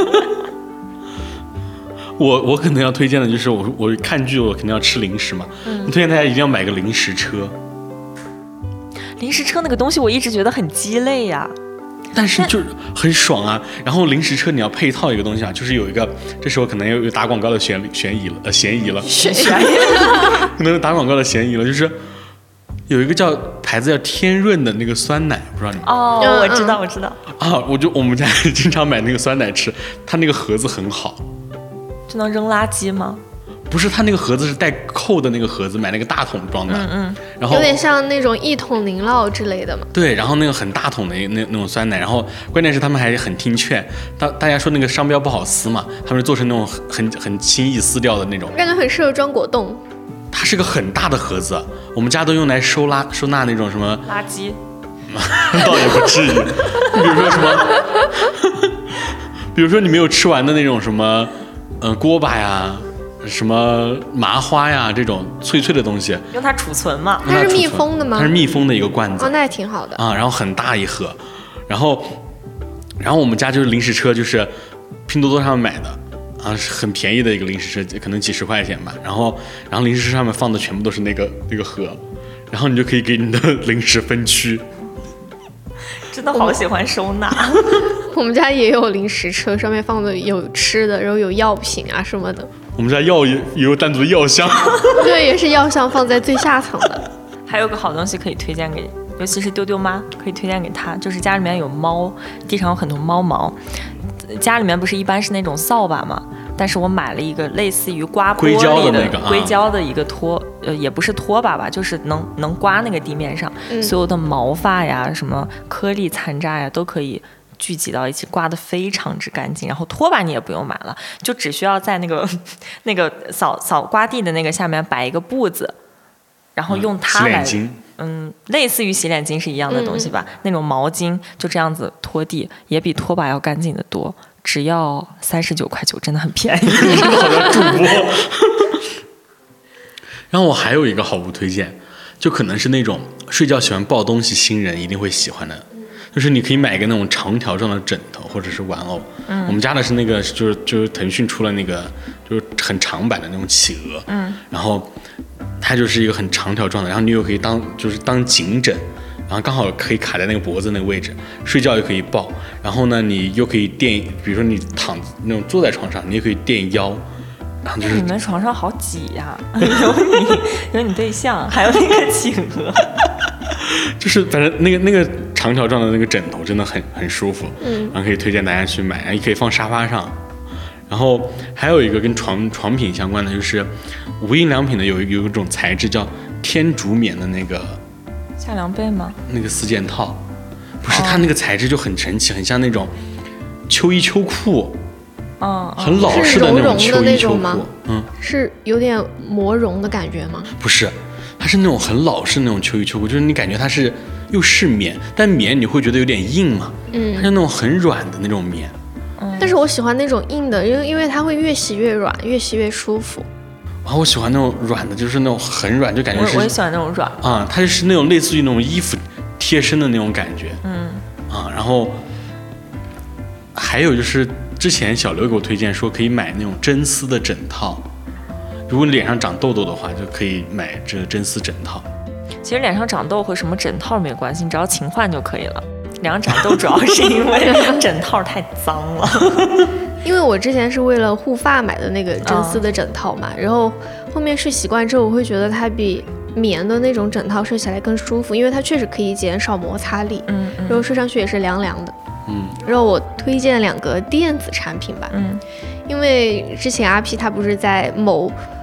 我我可能要推荐的就是我我看剧我肯定要吃零食嘛， 嗯推荐大家一定要买个零食车。 零食车那个东西我一直觉得很鸡肋呀、 但是就是很爽啊！然后零食车你要配套一个东西啊，就是有一个，这时候可能有有打广告的嫌嫌疑了，呃，嫌疑了， 选可能有打广告的嫌疑了，就是有一个叫牌子叫天润的那个酸奶，不知道你们哦， 嗯我知道我知道， 啊，我就我们家经常买那个酸奶吃，它那个盒子很好， 就能扔垃圾吗？ 不是它那个盒子是带扣的那个盒子，买那个大桶装的， 嗯嗯， 然后有点像那种一桶凝酪之类的嘛。 对，然后那个很大桶的那那种酸奶，然后关键是他们还很听劝，大大家说那个商标不好撕嘛，他们是做成那种很很很轻易撕掉的那种。 感觉很适合装果冻。 它是个很大的盒子，我们家都用来收拉收纳那种什么， 垃圾。 倒也不至于。比如说什么，比如说你没有吃完的那种什么，嗯、呃，锅巴呀。什么麻花呀，这种脆脆的东西， 用它储存嘛？ 它是密封的吗？ 它是密封的一个罐子。 哦，那也挺好的啊。然后很大一盒，然后，然后我们家就是零食车，就是拼多多上面买的啊，是很便宜的一个零食车，可能几十块钱吧。然后，然后零食车上面放的全部都是那个那个盒，然后你就可以给你的零食分区。 真的好喜欢收纳。 我们家也有零食车，上面放的有吃的，然后有药品啊什么的。 我们家药也也有单独的药箱。 对，也是药箱放在最下层的。 还有个好东西可以推荐给，尤其是丢丢妈，可以推荐给她，就是家里面有猫，地上有很多猫毛，家里面不是一般是那种扫把吗？但是我买了一个类似于刮玻璃的硅胶的一个拖，呃，也不是拖把吧，就是能能刮那个地面上、嗯、所有的毛发呀、什么颗粒残渣呀都可以聚集到一起，刮得非常之干净。然后拖把你也不用买了，就只需要在那个那个扫扫刮地的那个下面摆一个布子，然后用它来， 嗯， 嗯，类似于洗脸巾是一样的东西吧，嗯、那种毛巾就这样子拖地，也比拖把要干净得多。只要三十九块九，真的很便宜。 真的好像主播。然后我还有一个好物推荐，就可能是那种睡觉喜欢抱东西新人一定会喜欢的，就是你可以买一个那种长条状的枕头或者是玩偶。嗯，我们家的是那个，就是就是腾讯出了那个就是很长版的那种企鹅。嗯，然后它就是一个很长条状的，然后你又可以当就是当颈枕。然后刚好可以卡在那个脖子那个位置，睡觉又可以抱。然后呢，你又可以垫，比如说你躺那种坐在床上，你也可以垫腰。然后就是你们床上好挤呀、啊，有你有你对象，还有那个企鹅。 就是反正那个那个长条状的那个枕头真的很很舒服，嗯，然后可以推荐大家去买，然后也可以放沙发上。然后还有一个跟床床品相关的，就是无印良品的有有一种材质叫天竺棉的那个。 夏凉被吗？ 那个四件套，不是、哦、它那个材质就很神奇，很像那种秋衣秋裤， 嗯， 很老式的那种秋衣秋裤， 嗯，是有点磨绒的感觉吗？ 不是，它是那种很老式那种秋衣秋裤，就是你感觉它是又是棉，但棉你会觉得有点硬嘛，嗯，它是那种很软的那种棉， 嗯，但是我喜欢那种硬的，因为因为它会越洗越软，越洗越舒服。 然后我喜欢那种软的，就是那种很软，就感觉是。 我也喜欢那种软。 啊、嗯，它就是那种类似于那种衣服贴身的那种感觉。嗯。啊、嗯，然后还有就是之前小刘给我推荐说可以买那种真丝的枕套，如果你脸上长痘痘的话，就可以买这个真丝枕套。 其实脸上长痘和什么枕套没关系，你只要勤换就可以了。脸上长痘主要是因为枕套太脏了。 因为我之前是为了护发买的那个真丝的枕套嘛，哦、然后后面睡习惯之后，我会觉得它比棉的那种枕套睡起来更舒服，因为它确实可以减少摩擦力，嗯，嗯然后睡上去也是凉凉的，嗯。然后我推荐两个电子产品吧，嗯，因为之前阿 P 他不是在某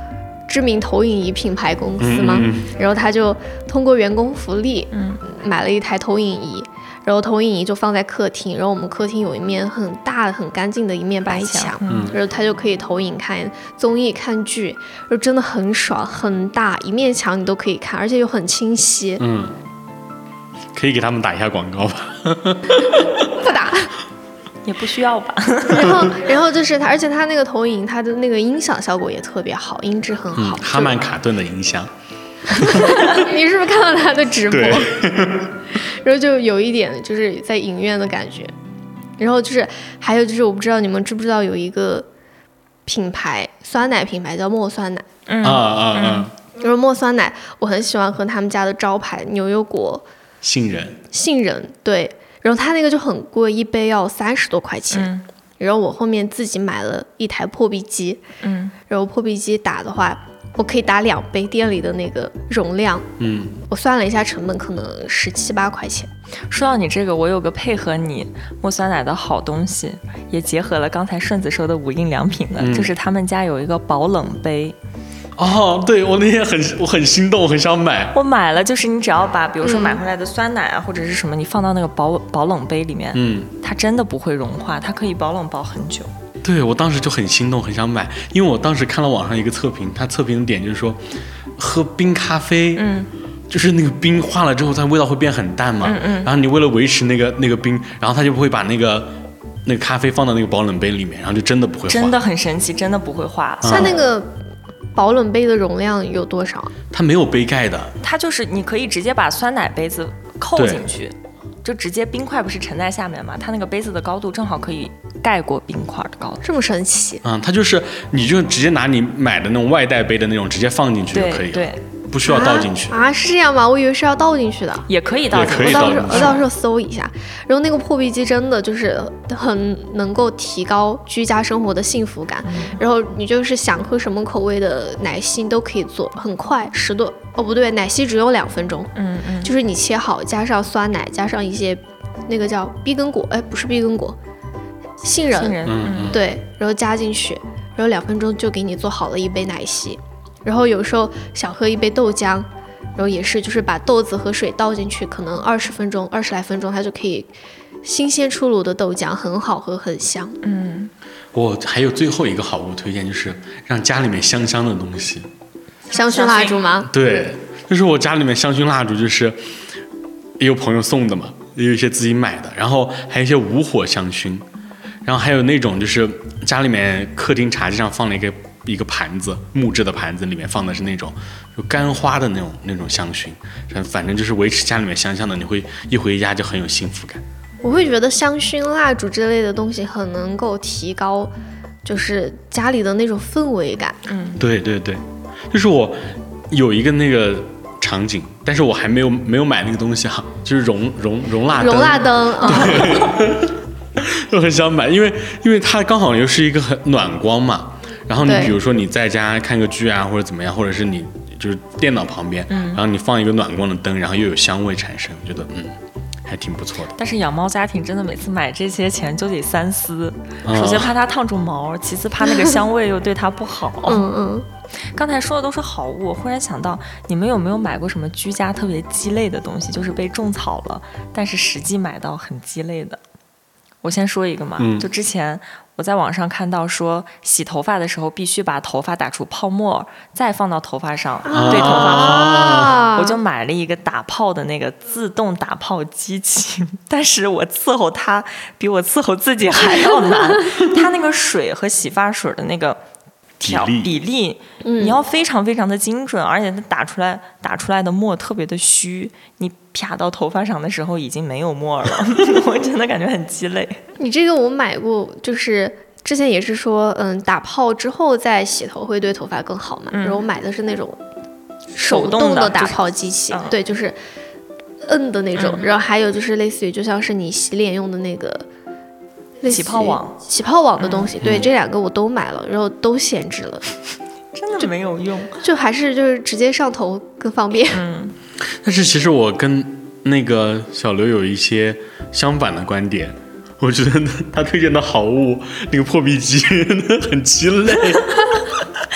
知名投影仪品牌公司嘛， 嗯嗯然后他就通过员工福利， 嗯， 买了一台投影仪。然后投影仪就放在客厅，然后我们客厅有一面很大很干净的一面白墙， 嗯， 然后它就可以投影看综艺看剧，然后真的很爽，很大一面墙你都可以看，而且又很清晰。 嗯，可以给他们打一下广告吧？ 不打， 也不需要吧。 然后然后就是它，而且它那个投影它的那个音响效果也特别好，音质很好。 嗯，哈曼卡顿的音响。 你是不是看到他的直播？ 对。 然后就有一点就是在影院的感觉，然后就是还有就是我不知道你们知不知道有一个品牌酸奶品牌叫墨酸奶， 嗯啊啊啊！ 就是墨酸奶，我很喜欢喝他们家的招牌牛油果杏仁， 杏仁对，然后它那个就很贵，一杯要三十多块钱。 嗯然后我后面自己买了一台破壁机， 嗯， 然后破壁机打的话，我可以打两杯店里的那个容量。 嗯， 我算了一下成本，可能十七八块钱。 说到你这个，我有个配合你墨酸奶的好东西，也结合了刚才顺子说的无印良品的， 嗯、 就是他们家有一个保冷杯。 哦，对，我那天很我很心动，我很想买。 我买了，就是你只要把比如说买回来的酸奶啊、嗯、或者是什么，你放到那个保保冷杯里面， 嗯， 它真的不会融化，它可以保冷保很久。 对，我当时就很心动，很想买，因为我当时看了网上一个测评，它测评的点就是说，喝冰咖啡， 嗯， 就是那个冰化了之后，它味道会变很淡嘛， 嗯嗯， 然后你为了维持那个那个冰，然后它就不会把那个那个咖啡放到那个保冷杯里面，然后就真的不会化， 真的很神奇，真的不会化。 像那个保冷杯的容量有多少？ 它没有杯盖的， 它就是你可以直接把酸奶杯子扣进去。就直接冰块不是沉在下面吗？它那个杯子的高度正好可以盖过冰块的高度， 这么神奇？ 嗯，它就是你就直接拿你买的那种外带杯的那种直接放进去就可以了， 对，对不需要倒进去啊, 啊？是这样吗？我以为是要倒进去的， 也可以倒进去， 我到时候我到时候搜一下。然后那个破壁机真的就是很能够提高居家生活的幸福感。嗯、然后你就是想喝什么口味的奶昔都可以做，很快，十多哦不对，奶昔只有两分钟。 嗯嗯， 就是你切好，加上酸奶，加上一些那个叫碧根果，哎，不是碧根果，杏仁， 杏仁，嗯， 对，然后加进去，然后两分钟就给你做好了一杯奶昔。然后有时候想喝一杯豆浆，然后也是就是把豆子和水倒进去，可能二十分钟、二十来分钟，它就可以新鲜出炉的豆浆，很好喝，很香。 嗯， 我还有最后一个好物推荐，就是让家里面香香的东西。 香薰蜡烛吗？ 对，就是我家里面香薰蜡烛，就是也有朋友送的嘛，也有一些自己买的，然后还有一些无火香薰，然后还有那种就是家里面客厅茶几上放了一个一个盘子，木质的盘子，里面放的是那种就干花的那种那种香薰，反正就是维持家里面香香的，你会一回家就很有幸福感。 我会觉得香薰蜡烛之类的东西很能够提高就是家里的那种氛围感。 嗯， 对对对，就是我有一个那个场景，但是我还没有没有买那个东西哈，就是容容容蜡灯。 容蜡灯， 对，我很想买，因为因为它刚好又是一个很暖光嘛。然后你比如说你在家看个剧啊，或者怎么样，或者是你就是电脑旁边， 嗯， 然后你放一个暖光的灯，然后又有香味产生，我觉得嗯还挺不错的。 但是养猫家庭真的每次买这些前就得三思， 哦、 首先怕它烫住毛，其次怕那个香味又对它不好。 嗯嗯。 刚才说的都是好物，我忽然想到，你们有没有买过什么居家特别鸡肋的东西，就是被种草了，但是实际买到很鸡肋的？我先说一个嘛， 嗯、 就之前我在网上看到说，洗头发的时候必须把头发打出泡沫，再放到头发上， 啊、 对头发好。 啊、 我就买了一个打泡的那个自动打泡机器，但是我伺候它比我伺候自己还要难。它那个水和洗发水的那个调比例， 比例嗯、 你要非常非常的精准，而且它打出来打出来的沫特别的虚，你啪到头发上的时候已经没有沫了。我真的感觉很鸡肋。 你这个我买过，就是之前也是说，嗯，打泡之后再洗头会对头发更好嘛。嗯、然后我买的是那种手动的打泡机器， 就是、 对，就是摁的那种。 嗯、 然后还有就是类似于就像是你洗脸用的那个。 起泡网， 起泡网的东西， 嗯、 对，这两个我都买了，然后都闲置了， 真的没有用， 就还是就是直接上头更方便。 嗯， 但是其实我跟那个小刘有一些相反的观点，我觉得他推荐的好物那个破壁机很鸡肋。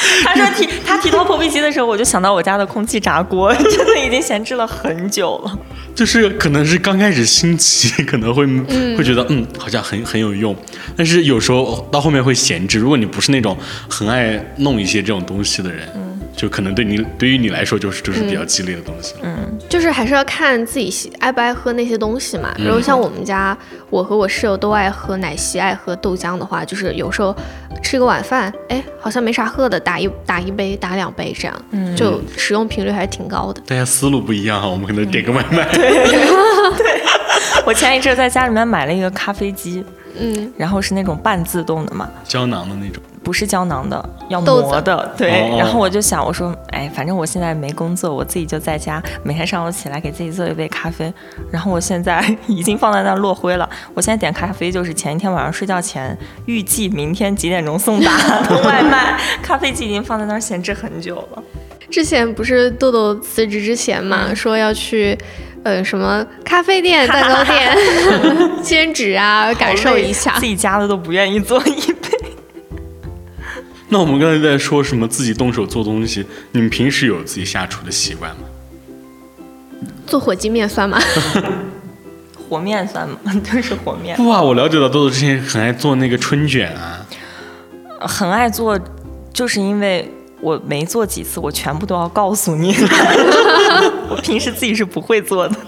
他说提他提到破壁机的时候，我就想到我家的空气炸锅，真的已经闲置了很久了。 就是可能是刚开始新奇，可能会、嗯、会觉得嗯好像很很有用，但是有时候到后面会闲置。如果你不是那种很爱弄一些这种东西的人，嗯、就可能对你对于你来说就是就是比较激烈的东西。 嗯，就是还是要看自己爱不爱喝那些东西嘛。然后像我们家，我和我室友都爱喝奶昔，爱喝豆浆的话，就是有时候吃个晚饭，哎，好像没啥喝的，打一打一杯，打两杯这样，嗯、就使用频率还是挺高的。 大家思路不一样哈，我们可能点个外卖。 嗯对，我前一阵在家里面买了一个咖啡机，嗯，然后是那种半自动的嘛， 胶囊的那种， 不是胶囊的，要磨的，对。哦、然后我就想，我说，哎，反正我现在没工作，我自己就在家，每天上午起来给自己做一杯咖啡。然后我现在已经放在那儿落灰了。我现在点咖啡就是前一天晚上睡觉前，预计明天几点钟送达的外卖，咖啡机已经放在那儿闲置很久了。 之前不是豆豆辞职之前嘛，说要去。呃，什么咖啡店、蛋糕店兼职啊，感受一下。 自己家的都不愿意做一杯。 那我们刚才在说什么自己动手做东西，你们平时有自己下厨的习惯吗？ 做火鸡面算吗？ 和面算吗？就是和面。 不啊，我了解到豆豆之前很爱做那个春卷啊。 很爱做，就是因为我没做几次，我全部都要告诉你。我平时自己是不会做的。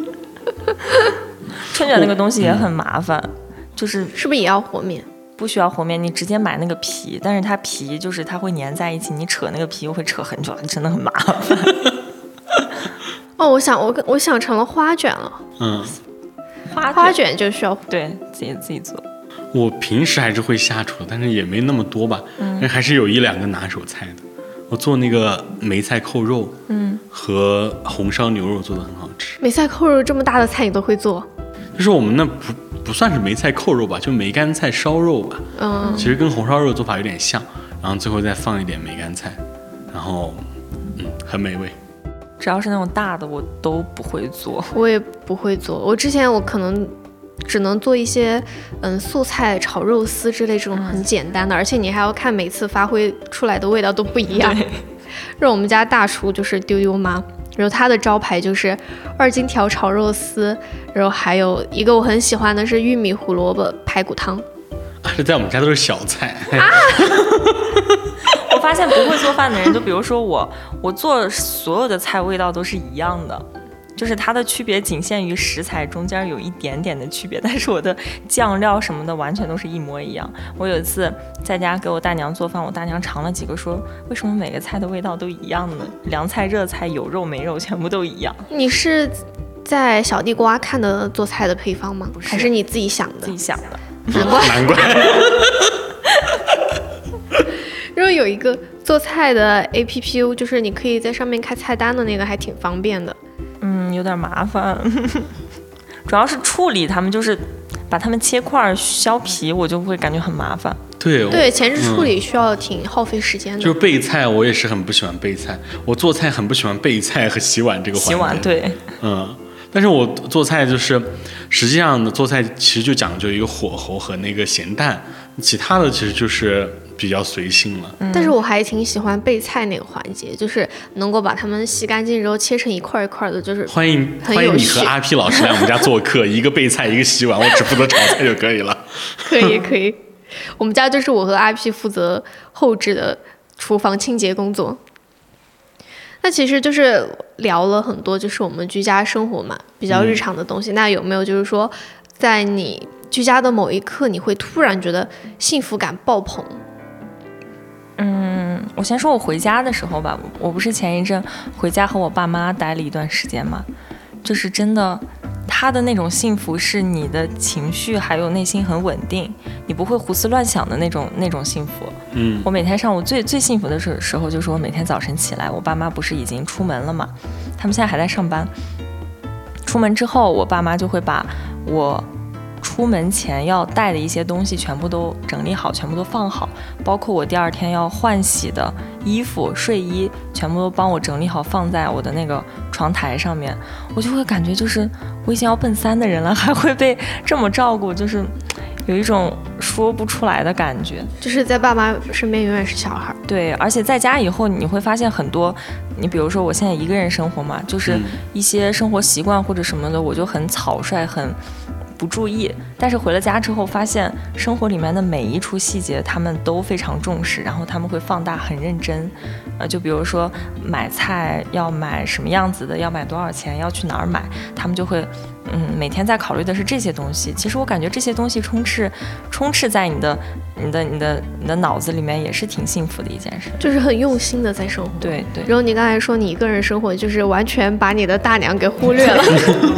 春卷那个东西也很麻烦，嗯、就是是不是也要和面？ 不需要和面，你直接买那个皮，但是它皮就是它会粘在一起，你扯那个皮又会扯很久，真的很麻烦。 哦，我想我我想成了花卷了。嗯，花卷花卷就需要对自己自己做。 我平时还是会下厨，但是也没那么多吧，嗯、还是有一两个拿手菜的。我做那个梅菜扣肉，嗯，和红烧牛肉做的很好吃。 梅菜扣肉这么大的菜你都会做？ 就是我们那不不算是梅菜扣肉吧，就梅干菜烧肉吧。嗯，其实跟红烧肉做法有点像，然后最后再放一点梅干菜，然后嗯，很美味。 只要是那种大的我都不会做。 我也不会做，我之前我可能只能做一些嗯素菜炒肉丝之类这种很简单的，而且你还要看每次发挥出来的味道都不一样。让我们家大厨就是丢丢妈，然后他的招牌就是二荆条炒肉丝，然后还有一个我很喜欢的是玉米胡萝卜排骨汤。 啊，这在我们家都是小菜。啊我发现不会做饭的人，就比如说我，我做所有的菜味道都是一样的。就是它的区别仅限于食材中间有一点点的区别，但是我的酱料什么的完全都是一模一样。我有一次在家给我大娘做饭，我大娘尝了几个说，为什么每个菜的味道都一样呢？凉菜、热菜、有肉没肉全部都一样。 你是在小地瓜看的做菜的配方吗？ 不是， 还是你自己想的？ 自己想的。 难怪。 难怪。 然后有一个做菜的 A P P， 就是你可以在上面开菜单的那个，还挺方便的。 嗯，有点麻烦，主要是处理它们，就是把它们切块削皮，我就会感觉很麻烦。 对对，前置处理需要挺耗费时间的。 嗯、就是备菜，我也是很不喜欢备菜。我做菜很不喜欢备菜和洗碗这个环节。 洗碗对， 嗯，但是我做菜就是，实际上的做菜其实就讲究一个火候和那个咸淡，其他的其实就是比较随性了。 但是我还挺喜欢备菜那个环节，就是能够把它们洗干净之后切成一块一块的，就是欢迎欢迎你和阿 P 老师来我们家做客，一个备菜，一个洗碗，我只负责炒菜就可以了。 可以可以，我们家就是我和阿 P 负责后置的厨房清洁工作。那其实就是聊了很多，就是我们居家生活嘛，比较日常的东西。嗯、那有没有就是说，在你居家的某一刻，你会突然觉得幸福感爆棚？ 嗯，我先说我回家的时候吧，我不是前一阵回家和我爸妈待了一段时间嘛，就是真的，他的那种幸福是你的情绪还有内心很稳定，你不会胡思乱想的那种那种幸福。嗯，我每天上午最最幸福的时时候就是我每天早晨起来，我爸妈不是已经出门了嘛，他们现在还在上班，出门之后我爸妈就会把我出门前要带的一些东西全部都整理好，全部都放好，包括我第二天要换洗的衣服睡衣全部都帮我整理好放在我的那个床台上面，我就会感觉就是我已经要奔三的人了还会被这么照顾，就是有一种说不出来的感觉， 就是在爸妈身边永远是小孩。 对，而且在家以后你会发现很多，你比如说我现在一个人生活嘛，就是一些生活习惯或者什么的，我就很草率，很不注意，但是回了家之后发现生活里面的每一处细节他们都非常重视，然后他们会放大，很认真。呃，就比如说买菜要买什么样子的，要买多少钱，要去哪儿买，他们就会嗯每天在考虑的是这些东西。其实我感觉这些东西充斥充斥在你的你的你的你的脑子里面，也是挺幸福的一件事， 就是很用心的在生活。 对对。 然后你刚才说你一个人生活，就是完全把你的大娘给忽略了。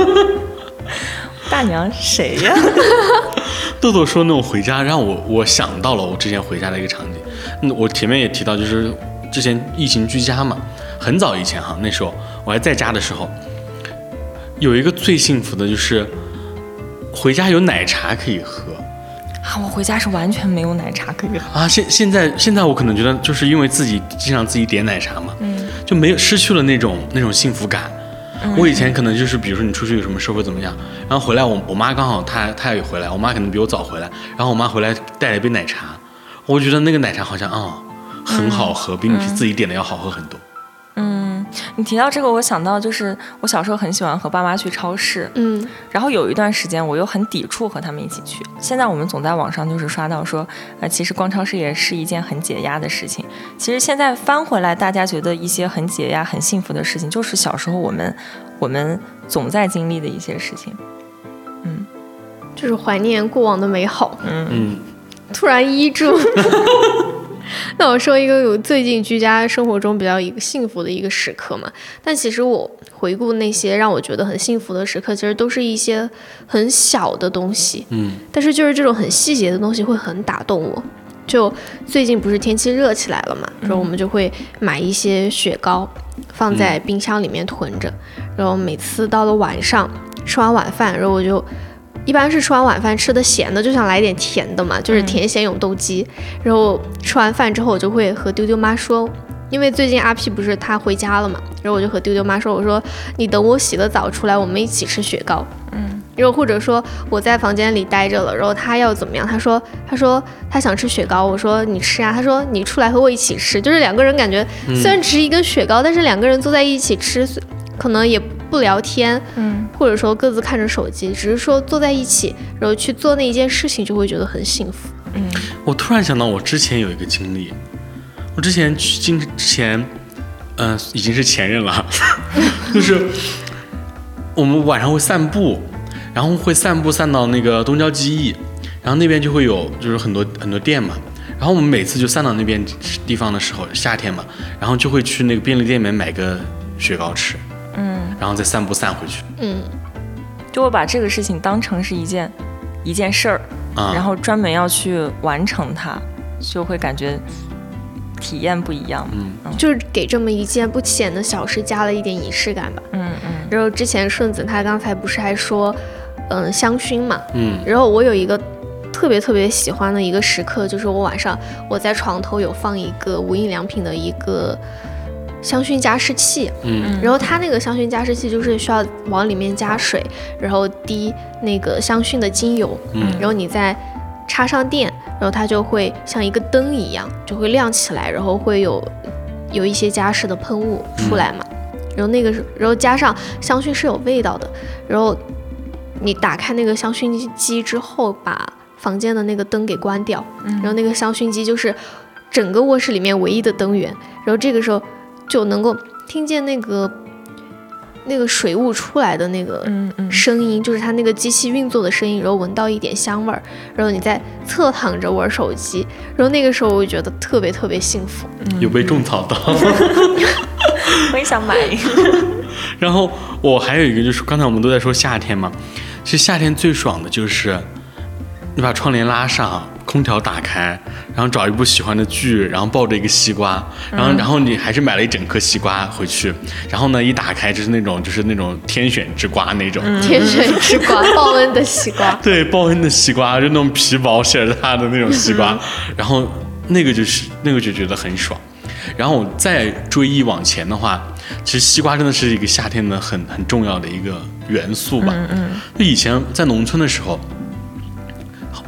大娘谁呀？ 豆豆说那种回家，让我我想到了我之前回家的一个场景。嗯，我前面也提到，就是之前疫情居家嘛，很早以前哈，那时候我还在家的时候，有一个最幸福的就是回家有奶茶可以喝。 啊，我回家是完全没有奶茶可以喝啊！现现在现在我可能觉得，就是因为自己经常自己点奶茶嘛，嗯，就没有失去了那种那种幸福感。我以前可能就是，比如说你出去有什么事或怎么样，然后回来我我妈刚好她她也回来，我妈可能比我早回来，然后我妈回来带了一杯奶茶，我觉得那个奶茶好像啊、哦、很好喝，比你自己点的要好喝很多。 嗯，你提到这个，我想到就是我小时候很喜欢和爸妈去超市， 嗯， 然后有一段时间我又很抵触和他们一起去。现在我们总在网上就是刷到说，呃，其实逛超市也是一件很解压的事情。其实现在翻回来，大家觉得一些很解压、很幸福的事情，就是小时候我们我们总在经历的一些事情。嗯， 就是怀念过往的美好。 嗯嗯， 突然依住。那我说一个我最近居家生活中比较一个幸福的一个时刻嘛，但其实我回顾那些让我觉得很幸福的时刻，其实都是一些很小的东西， 嗯， 但是就是这种很细节的东西会很打动我。就最近不是天气热起来了嘛，然后我们就会买一些雪糕放在冰箱里面囤着，然后每次到了晚上吃完晚饭，然后我就一般是吃完晚饭吃的咸的，就想来点甜的嘛，就是甜咸永动机、嗯、然后吃完饭之后我就会和丢丢妈说，因为最近阿 P 不是他回家了嘛，然后我就和丢丢妈说，我说你等我洗了澡出来，我们一起吃雪糕。嗯，然后或者说我在房间里待着了，然后他要怎么样，他说他说他想吃雪糕，我说你吃啊，他说你出来和我一起吃，就是两个人感觉虽然只是一根雪糕、嗯、但是两个人坐在一起吃，可能也不聊天，嗯，或者说各自看着手机，只是说坐在一起，然后去做那一件事情，就会觉得很幸福。 嗯， 我突然想到，我之前有一个经历，我之前之前，嗯、呃，已经是前任了，就是我们晚上会散步，然后会散步散到那个东郊记忆，然后那边就会有就是很多很多店嘛，然后我们每次就散到那边地方的时候，夏天嘛，然后就会去那个便利店里面买个雪糕吃。嗯，然后再散步散回去。 嗯， 就会把这个事情当成是一件一件事儿、嗯，然后专门要去完成它，就会感觉体验不一样。 嗯， 嗯就是给这么一件不起眼的小事加了一点仪式感吧。 嗯嗯。 然后之前顺子他刚才不是还说，嗯，香薰嘛。 嗯。 然后我有一个特别特别喜欢的一个时刻，就是我晚上我在床头有放一个无印良品的一个香薰加湿器， 嗯， 然后它那个香薰加湿器就是需要往里面加水，然后滴那个香薰的精油， 嗯， 然后你再插上电，然后它就会像一个灯一样，就会亮起来，然后会有有一些加湿的喷雾出来嘛，嗯、然后那个然后加上香薰是有味道的，然后你打开那个香薰机之后，把房间的那个灯给关掉，嗯、然后那个香薰机就是整个卧室里面唯一的灯源，然后这个时候就能够听见那个那个水雾出来的那个声音、嗯嗯、就是它那个机器运作的声音，然后闻到一点香味儿，然后你在侧躺着玩手机，然后那个时候我就觉得特别特别幸福、 嗯、有被种草到我也想买一个然后我还有一个就是刚才我们都在说夏天嘛，其实夏天最爽的就是你把窗帘拉上，空调打开，然后找一部喜欢的剧，然后抱着一个西瓜，然后、嗯、然后你还是买了一整颗西瓜回去，然后呢一打开就是那种就是那种天选之瓜那种、 嗯、天选之瓜报恩的西瓜对，报恩的西瓜，就那种皮薄馅大的那种西瓜、嗯、然后那个就是那个就觉得很爽。然后我再追忆往前的话，其实西瓜真的是一个夏天的很很重要的一个元素吧。 嗯嗯， 就以前在农村的时候，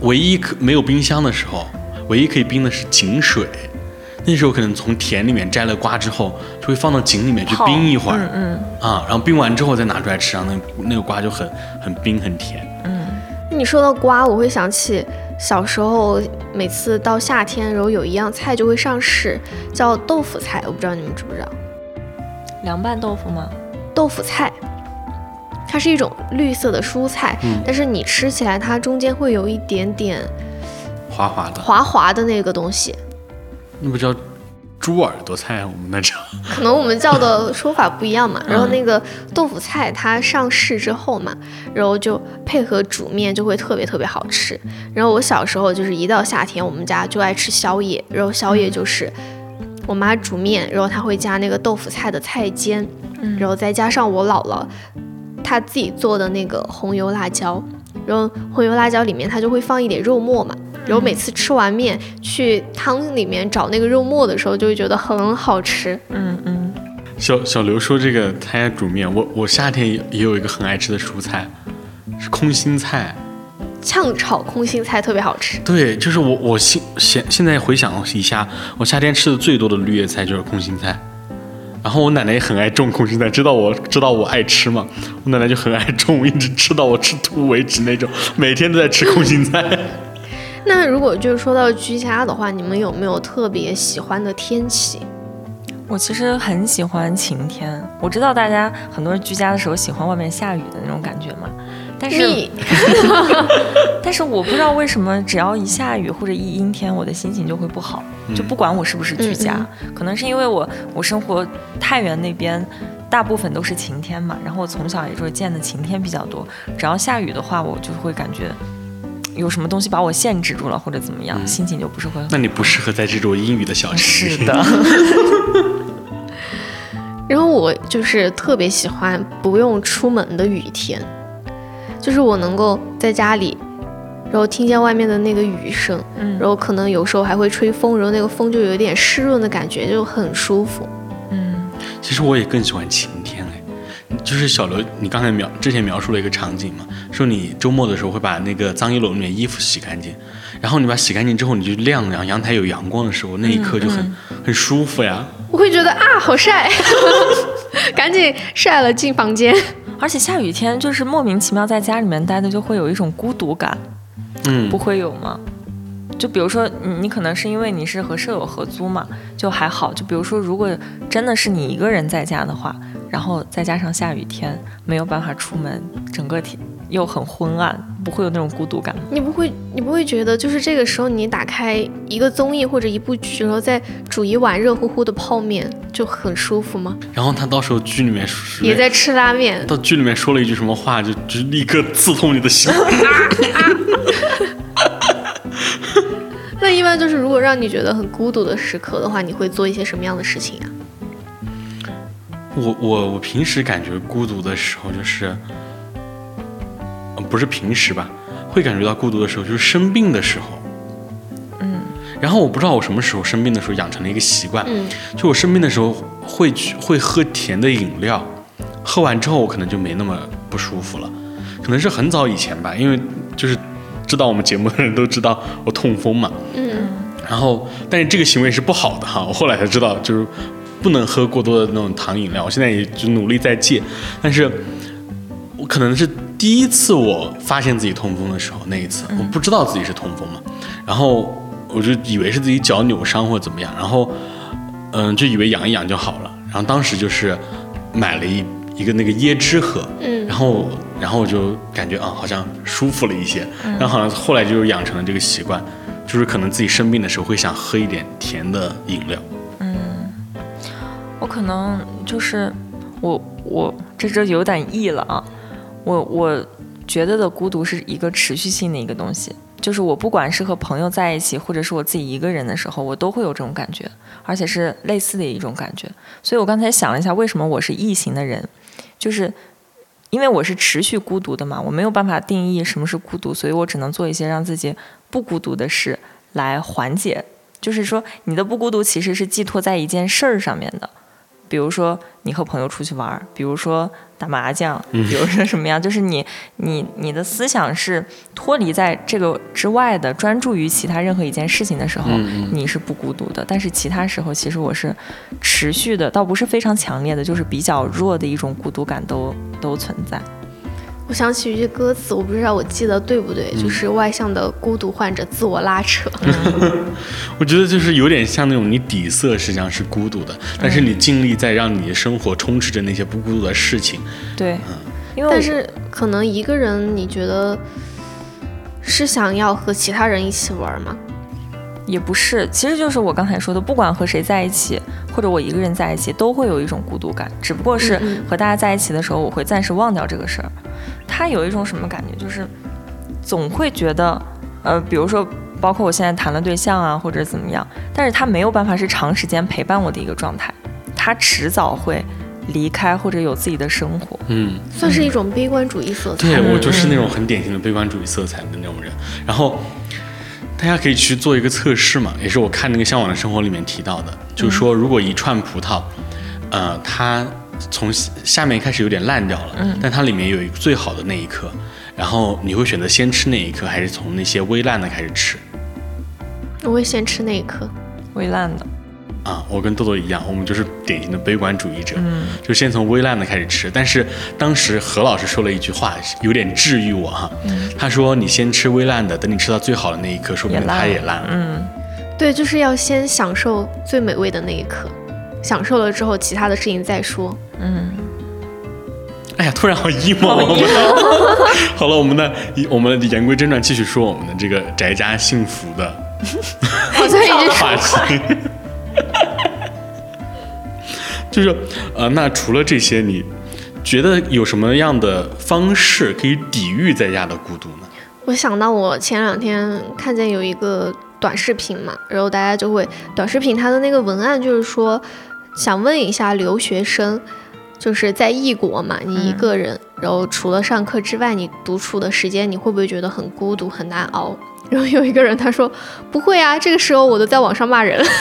唯一可没有冰箱的时候，唯一可以冰的是井水。那时候可能从田里面摘了瓜之后，就会放到井里面去冰一会儿， 嗯嗯啊，然后冰完之后再拿出来吃，然后那那个瓜就很很冰很甜。 嗯， 你说到瓜，我会想起小时候每次到夏天，然后有一样菜就会上市，叫豆腐菜，我不知道你们知不知道？ 凉拌豆腐吗？ 豆腐菜，它是一种绿色的蔬菜， 嗯、 但是你吃起来它中间会有一点点滑滑的滑滑的那个东西。 那不叫猪耳朵菜，我们那叫。 可能我们叫的说法不一样嘛。然后那个豆腐菜它上市之后嘛，然后就配合煮面就会特别特别好吃。然后我小时候就是一到夏天，我们家就爱吃宵夜，然后宵夜就是我妈煮面，然后她会加那个豆腐菜的菜尖，然后再加上我姥姥她自己做的那个红油辣椒，然后红油辣椒里面她就会放一点肉末嘛。然后每次吃完面去汤里面找那个肉末的时候，就会觉得很好吃。 嗯嗯。 小小刘说这个他爱煮面，我我夏天也有一个很爱吃的蔬菜，是空心菜。 炝炒空心菜特别好吃。 对，就是我我现现现在回想一下，我夏天吃的最多的绿叶菜就是空心菜。然后我奶奶也很爱种空心菜，知道我知道我爱吃嘛，我奶奶就很爱种，一直吃到我吃吐为止那种，每天都在吃空心菜。 那如果就是说到居家的话，你们有没有特别喜欢的天气？ 我其实很喜欢晴天。我知道大家很多人居家的时候喜欢外面下雨的那种感觉嘛，但是但是我不知道为什么，只要一下雨或者一阴天，我的心情就会不好。就不管我是不是居家，嗯嗯可能是因为我我生活太原那边大部分都是晴天嘛，然后我从小也就是见的晴天比较多。只要下雨的话，我就会感觉有什么东西把我限制住了，或者怎么样，嗯、心情就不是会很好。 那你不适合在这种阴雨的小城市。 是的。 然后我就是特别喜欢不用出门的雨天，就是我能够在家里，然后听见外面的那个雨声，嗯、然后可能有时候还会吹风，然后那个风就有点湿润的感觉，就很舒服。 嗯， 其实我也更喜欢晴天哎。就是小刘，你刚才描之前描述了一个场景嘛，说你周末的时候会把那个脏衣篓里面衣服洗干净，然后你把洗干净之后，你就晾晾，阳台有阳光的时候，那一刻就很、嗯嗯、很舒服呀。 我会觉得啊，好晒，赶紧晒了进房间。 而且下雨天就是莫名其妙在家里面待的，就会有一种孤独感。 嗯， 不会有吗？就比如说你，你可能是因为你是和舍友合租嘛，就还好。就比如说，如果真的是你一个人在家的话，然后再加上下雨天，没有办法出门，整个天又很昏暗，不会有那种孤独感吗？ 你不会，你不会觉得就是这个时候你打开一个综艺或者一部剧，然后再煮一碗热乎乎的泡面，就很舒服吗？ 然后他到时候剧里面也在吃拉面， 到剧里面说了一句什么话，就就立刻刺痛你的心。 那一般就是如果让你觉得很孤独的时刻的话，你会做一些什么样的事情呀？ 我我我平时感觉孤独的时候就是，呃，不是平时吧，会感觉到孤独的时候就是生病的时候。 嗯。 然后我不知道我什么时候生病的时候养成了一个习惯， 嗯， 就我生病的时候会去会喝甜的饮料，喝完之后我可能就没那么不舒服了，可能是很早以前吧，因为就是知道我们节目的人都知道我痛风嘛， 嗯， 然后但是这个行为是不好的哈，我后来才知道就是不能喝过多的那种糖饮料，我现在也就努力在戒，但是我可能是第一次我发现自己痛风的时候，那一次我不知道自己是痛风嘛，然后我就以为是自己脚扭伤或者怎么样，然后嗯就以为养一养就好了，然后当时就是买了一一个那个椰汁喝， 嗯， 然后然后我就感觉啊好像舒服了一些，然后好像后来就养成了这个习惯，就是可能自己生病的时候会想喝一点甜的饮料。 嗯，我可能就是我我这这有点异了啊，我我觉得的孤独是一个持续性的一个东西，就是我不管是和朋友在一起，或者是我自己一个人的时候，我都会有这种感觉，而且是类似的一种感觉。所以我刚才想了一下，为什么我是异型的人，就是因为我是持续孤独的嘛，我没有办法定义什么是孤独，所以我只能做一些让自己不孤独的事来缓解。就是说，你的不孤独其实是寄托在一件事儿上面的。 比如说你和朋友出去玩，比如说打麻将，比如说什么样，嗯、就是你你你的思想是脱离在这个之外的，专注于其他任何一件事情的时候，嗯、你是不孤独的。但是其他时候，其实我是持续的，倒不是非常强烈的，就是比较弱的一种孤独感都都存在。 我想起一句歌词，我不知道我记得对不对，嗯、就是外向的孤独患者自我拉扯。 嗯、我觉得就是有点像那种你底色实际上是孤独的，但是你尽力在让你的生活充斥着那些不孤独的事情。 对， 嗯， 因为但是可能一个人，你觉得是想要和其他人一起玩吗？ 也不是，其实就是我刚才说的，不管和谁在一起，或者我一个人在一起，都会有一种孤独感。只不过是和大家在一起的时候，我会暂时忘掉这个事儿。他有一种什么感觉，就是总会觉得，呃，比如说，包括我现在谈了对象啊，或者怎么样，但是他没有办法是长时间陪伴我的一个状态，他迟早会离开或者有自己的生活。 嗯， 算是一种悲观主义色彩。 对，我就是那种很典型的悲观主义色彩的那种人。然后大家可以去做一个测试嘛，也是我看那个《向往的生活》里面提到的，就是说如果一串葡萄，呃，它从下面开始有点烂掉了，嗯，但它里面有一个最好的那一颗，然后你会选择先吃那一颗，还是从那些微烂的开始吃？ 我会先吃那一颗微烂的。 啊，我跟豆豆一样，我们就是典型的悲观主义者，嗯，就先从微烂的开始吃。但是当时何老师说了一句话，有点治愈我哈，嗯，他说你先吃微烂的，等你吃到最好的那一颗，说明它也烂了。 嗯， 对，就是要先享受最美味的那一刻，享受了之后，其他的事情再说。 嗯。 哎呀，突然好 emo， 我们好了，我们的我们的言归正传，继续说我们的这个宅家幸福的好像已经话题。就是呃，那除了这些，你觉得有什么样的方式可以抵御在家的孤独呢？ 我想到我前两天看见有一个短视频嘛，然后大家就会短视频它的那个文案就是说，想问一下留学生，就是在异国嘛，你一个人，嗯、然后除了上课之外，你独处的时间，你会不会觉得很孤独很难熬？然后有一个人他说不会啊，这个时候我都在网上骂人。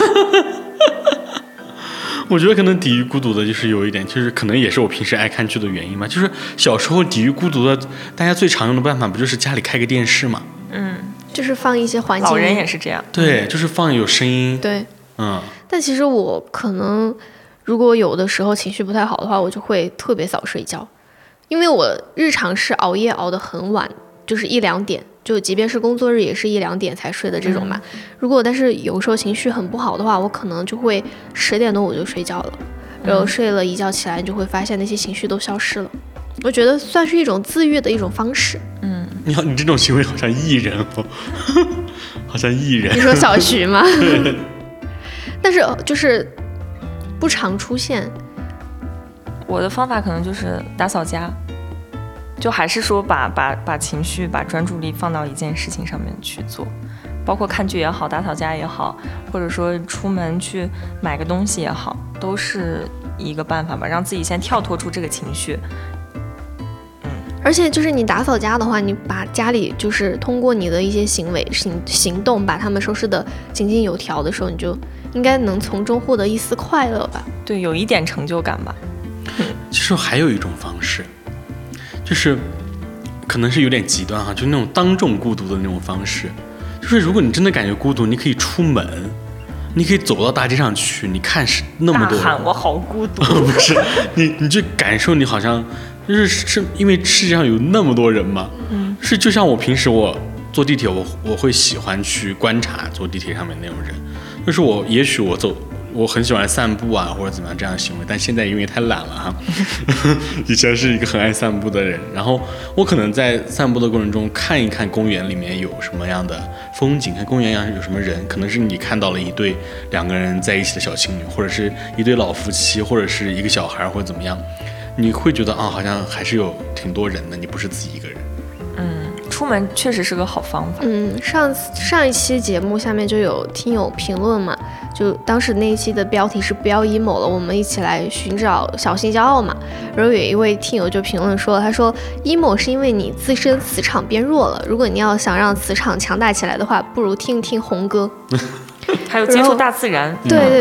我觉得可能抵御孤独的就是有一点，就是可能也是我平时爱看剧的原因嘛。就是小时候抵御孤独的，大家最常用的办法不就是家里开个电视嘛？ 嗯， 就是放一些环境音。 老人也是这样。 对，就是放有声音。 对， 嗯。 但其实我可能，如果有的时候情绪不太好的话，我就会特别早睡觉，因为我日常是熬夜熬得很晚，就是一两点。就即便是工作日也是一两点才睡的这种嘛，嗯、如果但是有时候情绪很不好的话，我可能就会十点多我就睡觉了，然后睡了一觉起来，你就会发现那些情绪都消失了。我觉得算是一种自愈的一种方式。 嗯， 你好，你这种行为好像艺人哦，好像艺人。 你说小徐吗？但是就是不常出现。 我的方法可能就是打扫家。就还是说把把把情绪把专注力放到一件事情上面去做，包括看剧也好，打扫家也好，或者说出门去买个东西也好，都是一个办法吧，让自己先跳脱出这个情绪。 嗯，而且就是你打扫家的话，你把家里就是通过你的一些行为行行动把它们收拾得井井有条的时候，你就应该能从中获得一丝快乐吧？ 对，有一点成就感吧。 嗯、其实还有一种方式。就是可能是有点极端哈，就是那种当众孤独的那种方式。就是如果你真的感觉孤独，你可以出门，你可以走到大街上去，你看是那么多人， 大喊我好孤独。 不是，你你就感受你好像就是是因为世界上有那么多人嘛。嗯，是就像我平时我坐地铁，我我会喜欢去观察坐地铁上面那种人，就是我也许我走。我很喜欢散步啊，或者怎么样这样的行为，但现在因为太懒了哈。以前是一个很爱散步的人，然后我可能在散步的过程中看一看公园里面有什么样的风景，看公园上有什么人，可能是你看到了一对两个人在一起的小情侣，或者是一对老夫妻，或者是一个小孩，或者怎么样，你会觉得啊，好像还是有挺多人的，你不是自己一个人。 嗯，出门确实是个好方法。 嗯，上上一期节目下面就有听友评论嘛，就当时那一期的标题是不要 emo 了，我们一起来寻找小心骄傲嘛。然后有一位听友就评论说了，他说 emo 是因为你自身磁场变弱了，如果你要想让磁场强大起来的话，不如听听红歌。 还有接触大自然。 对对对，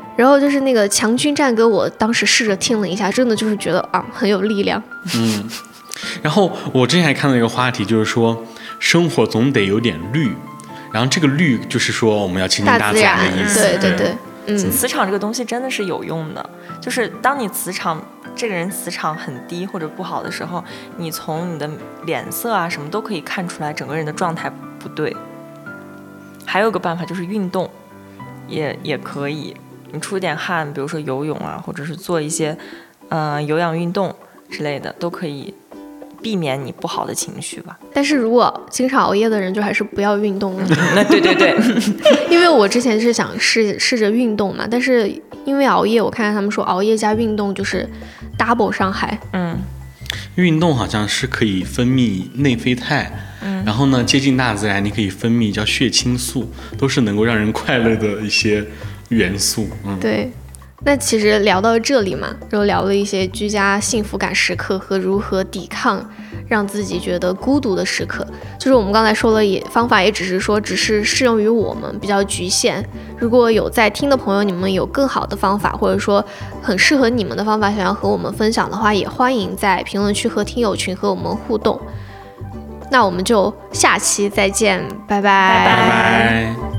然后就是那个强军战歌，我当时试着听了一下，真的就是觉得啊很有力量。 嗯，然后我之前还看到一个话题，就是说生活总得有点绿，然后这个绿就是说我们要亲近大自然的意思。 对对对，嗯， 磁场这个东西真的是有用的，就是当你磁场这个人磁场很低或者不好的时候，你从你的脸色啊什么都可以看出来整个人的状态不对。还有个办法就是运动，也也可以，你出点汗，比如说游泳啊，或者是做一些呃有氧运动之类的，都可以避免你不好的情绪吧。 但是如果经常熬夜的人，就还是不要运动了。 那对对对， 因为我之前是想试试着运动嘛，但是因为熬夜，我看他们说熬夜加运动就是 double 伤害。 嗯， 运动好像是可以分泌内啡肽，嗯，然后呢，接近大自然，你可以分泌叫血清素，都是能够让人快乐的一些元素。嗯， 对。那其实聊到这里嘛，就聊了一些居家幸福感时刻和如何抵抗让自己觉得孤独的时刻。就是我们刚才说了也，方法也只是说只是适用于我们，比较局限。如果有在听的朋友，你们有更好的方法，或者说很适合你们的方法，想要和我们分享的话，也欢迎在评论区和听友群和我们互动。那我们就下期再见，拜拜。 拜拜。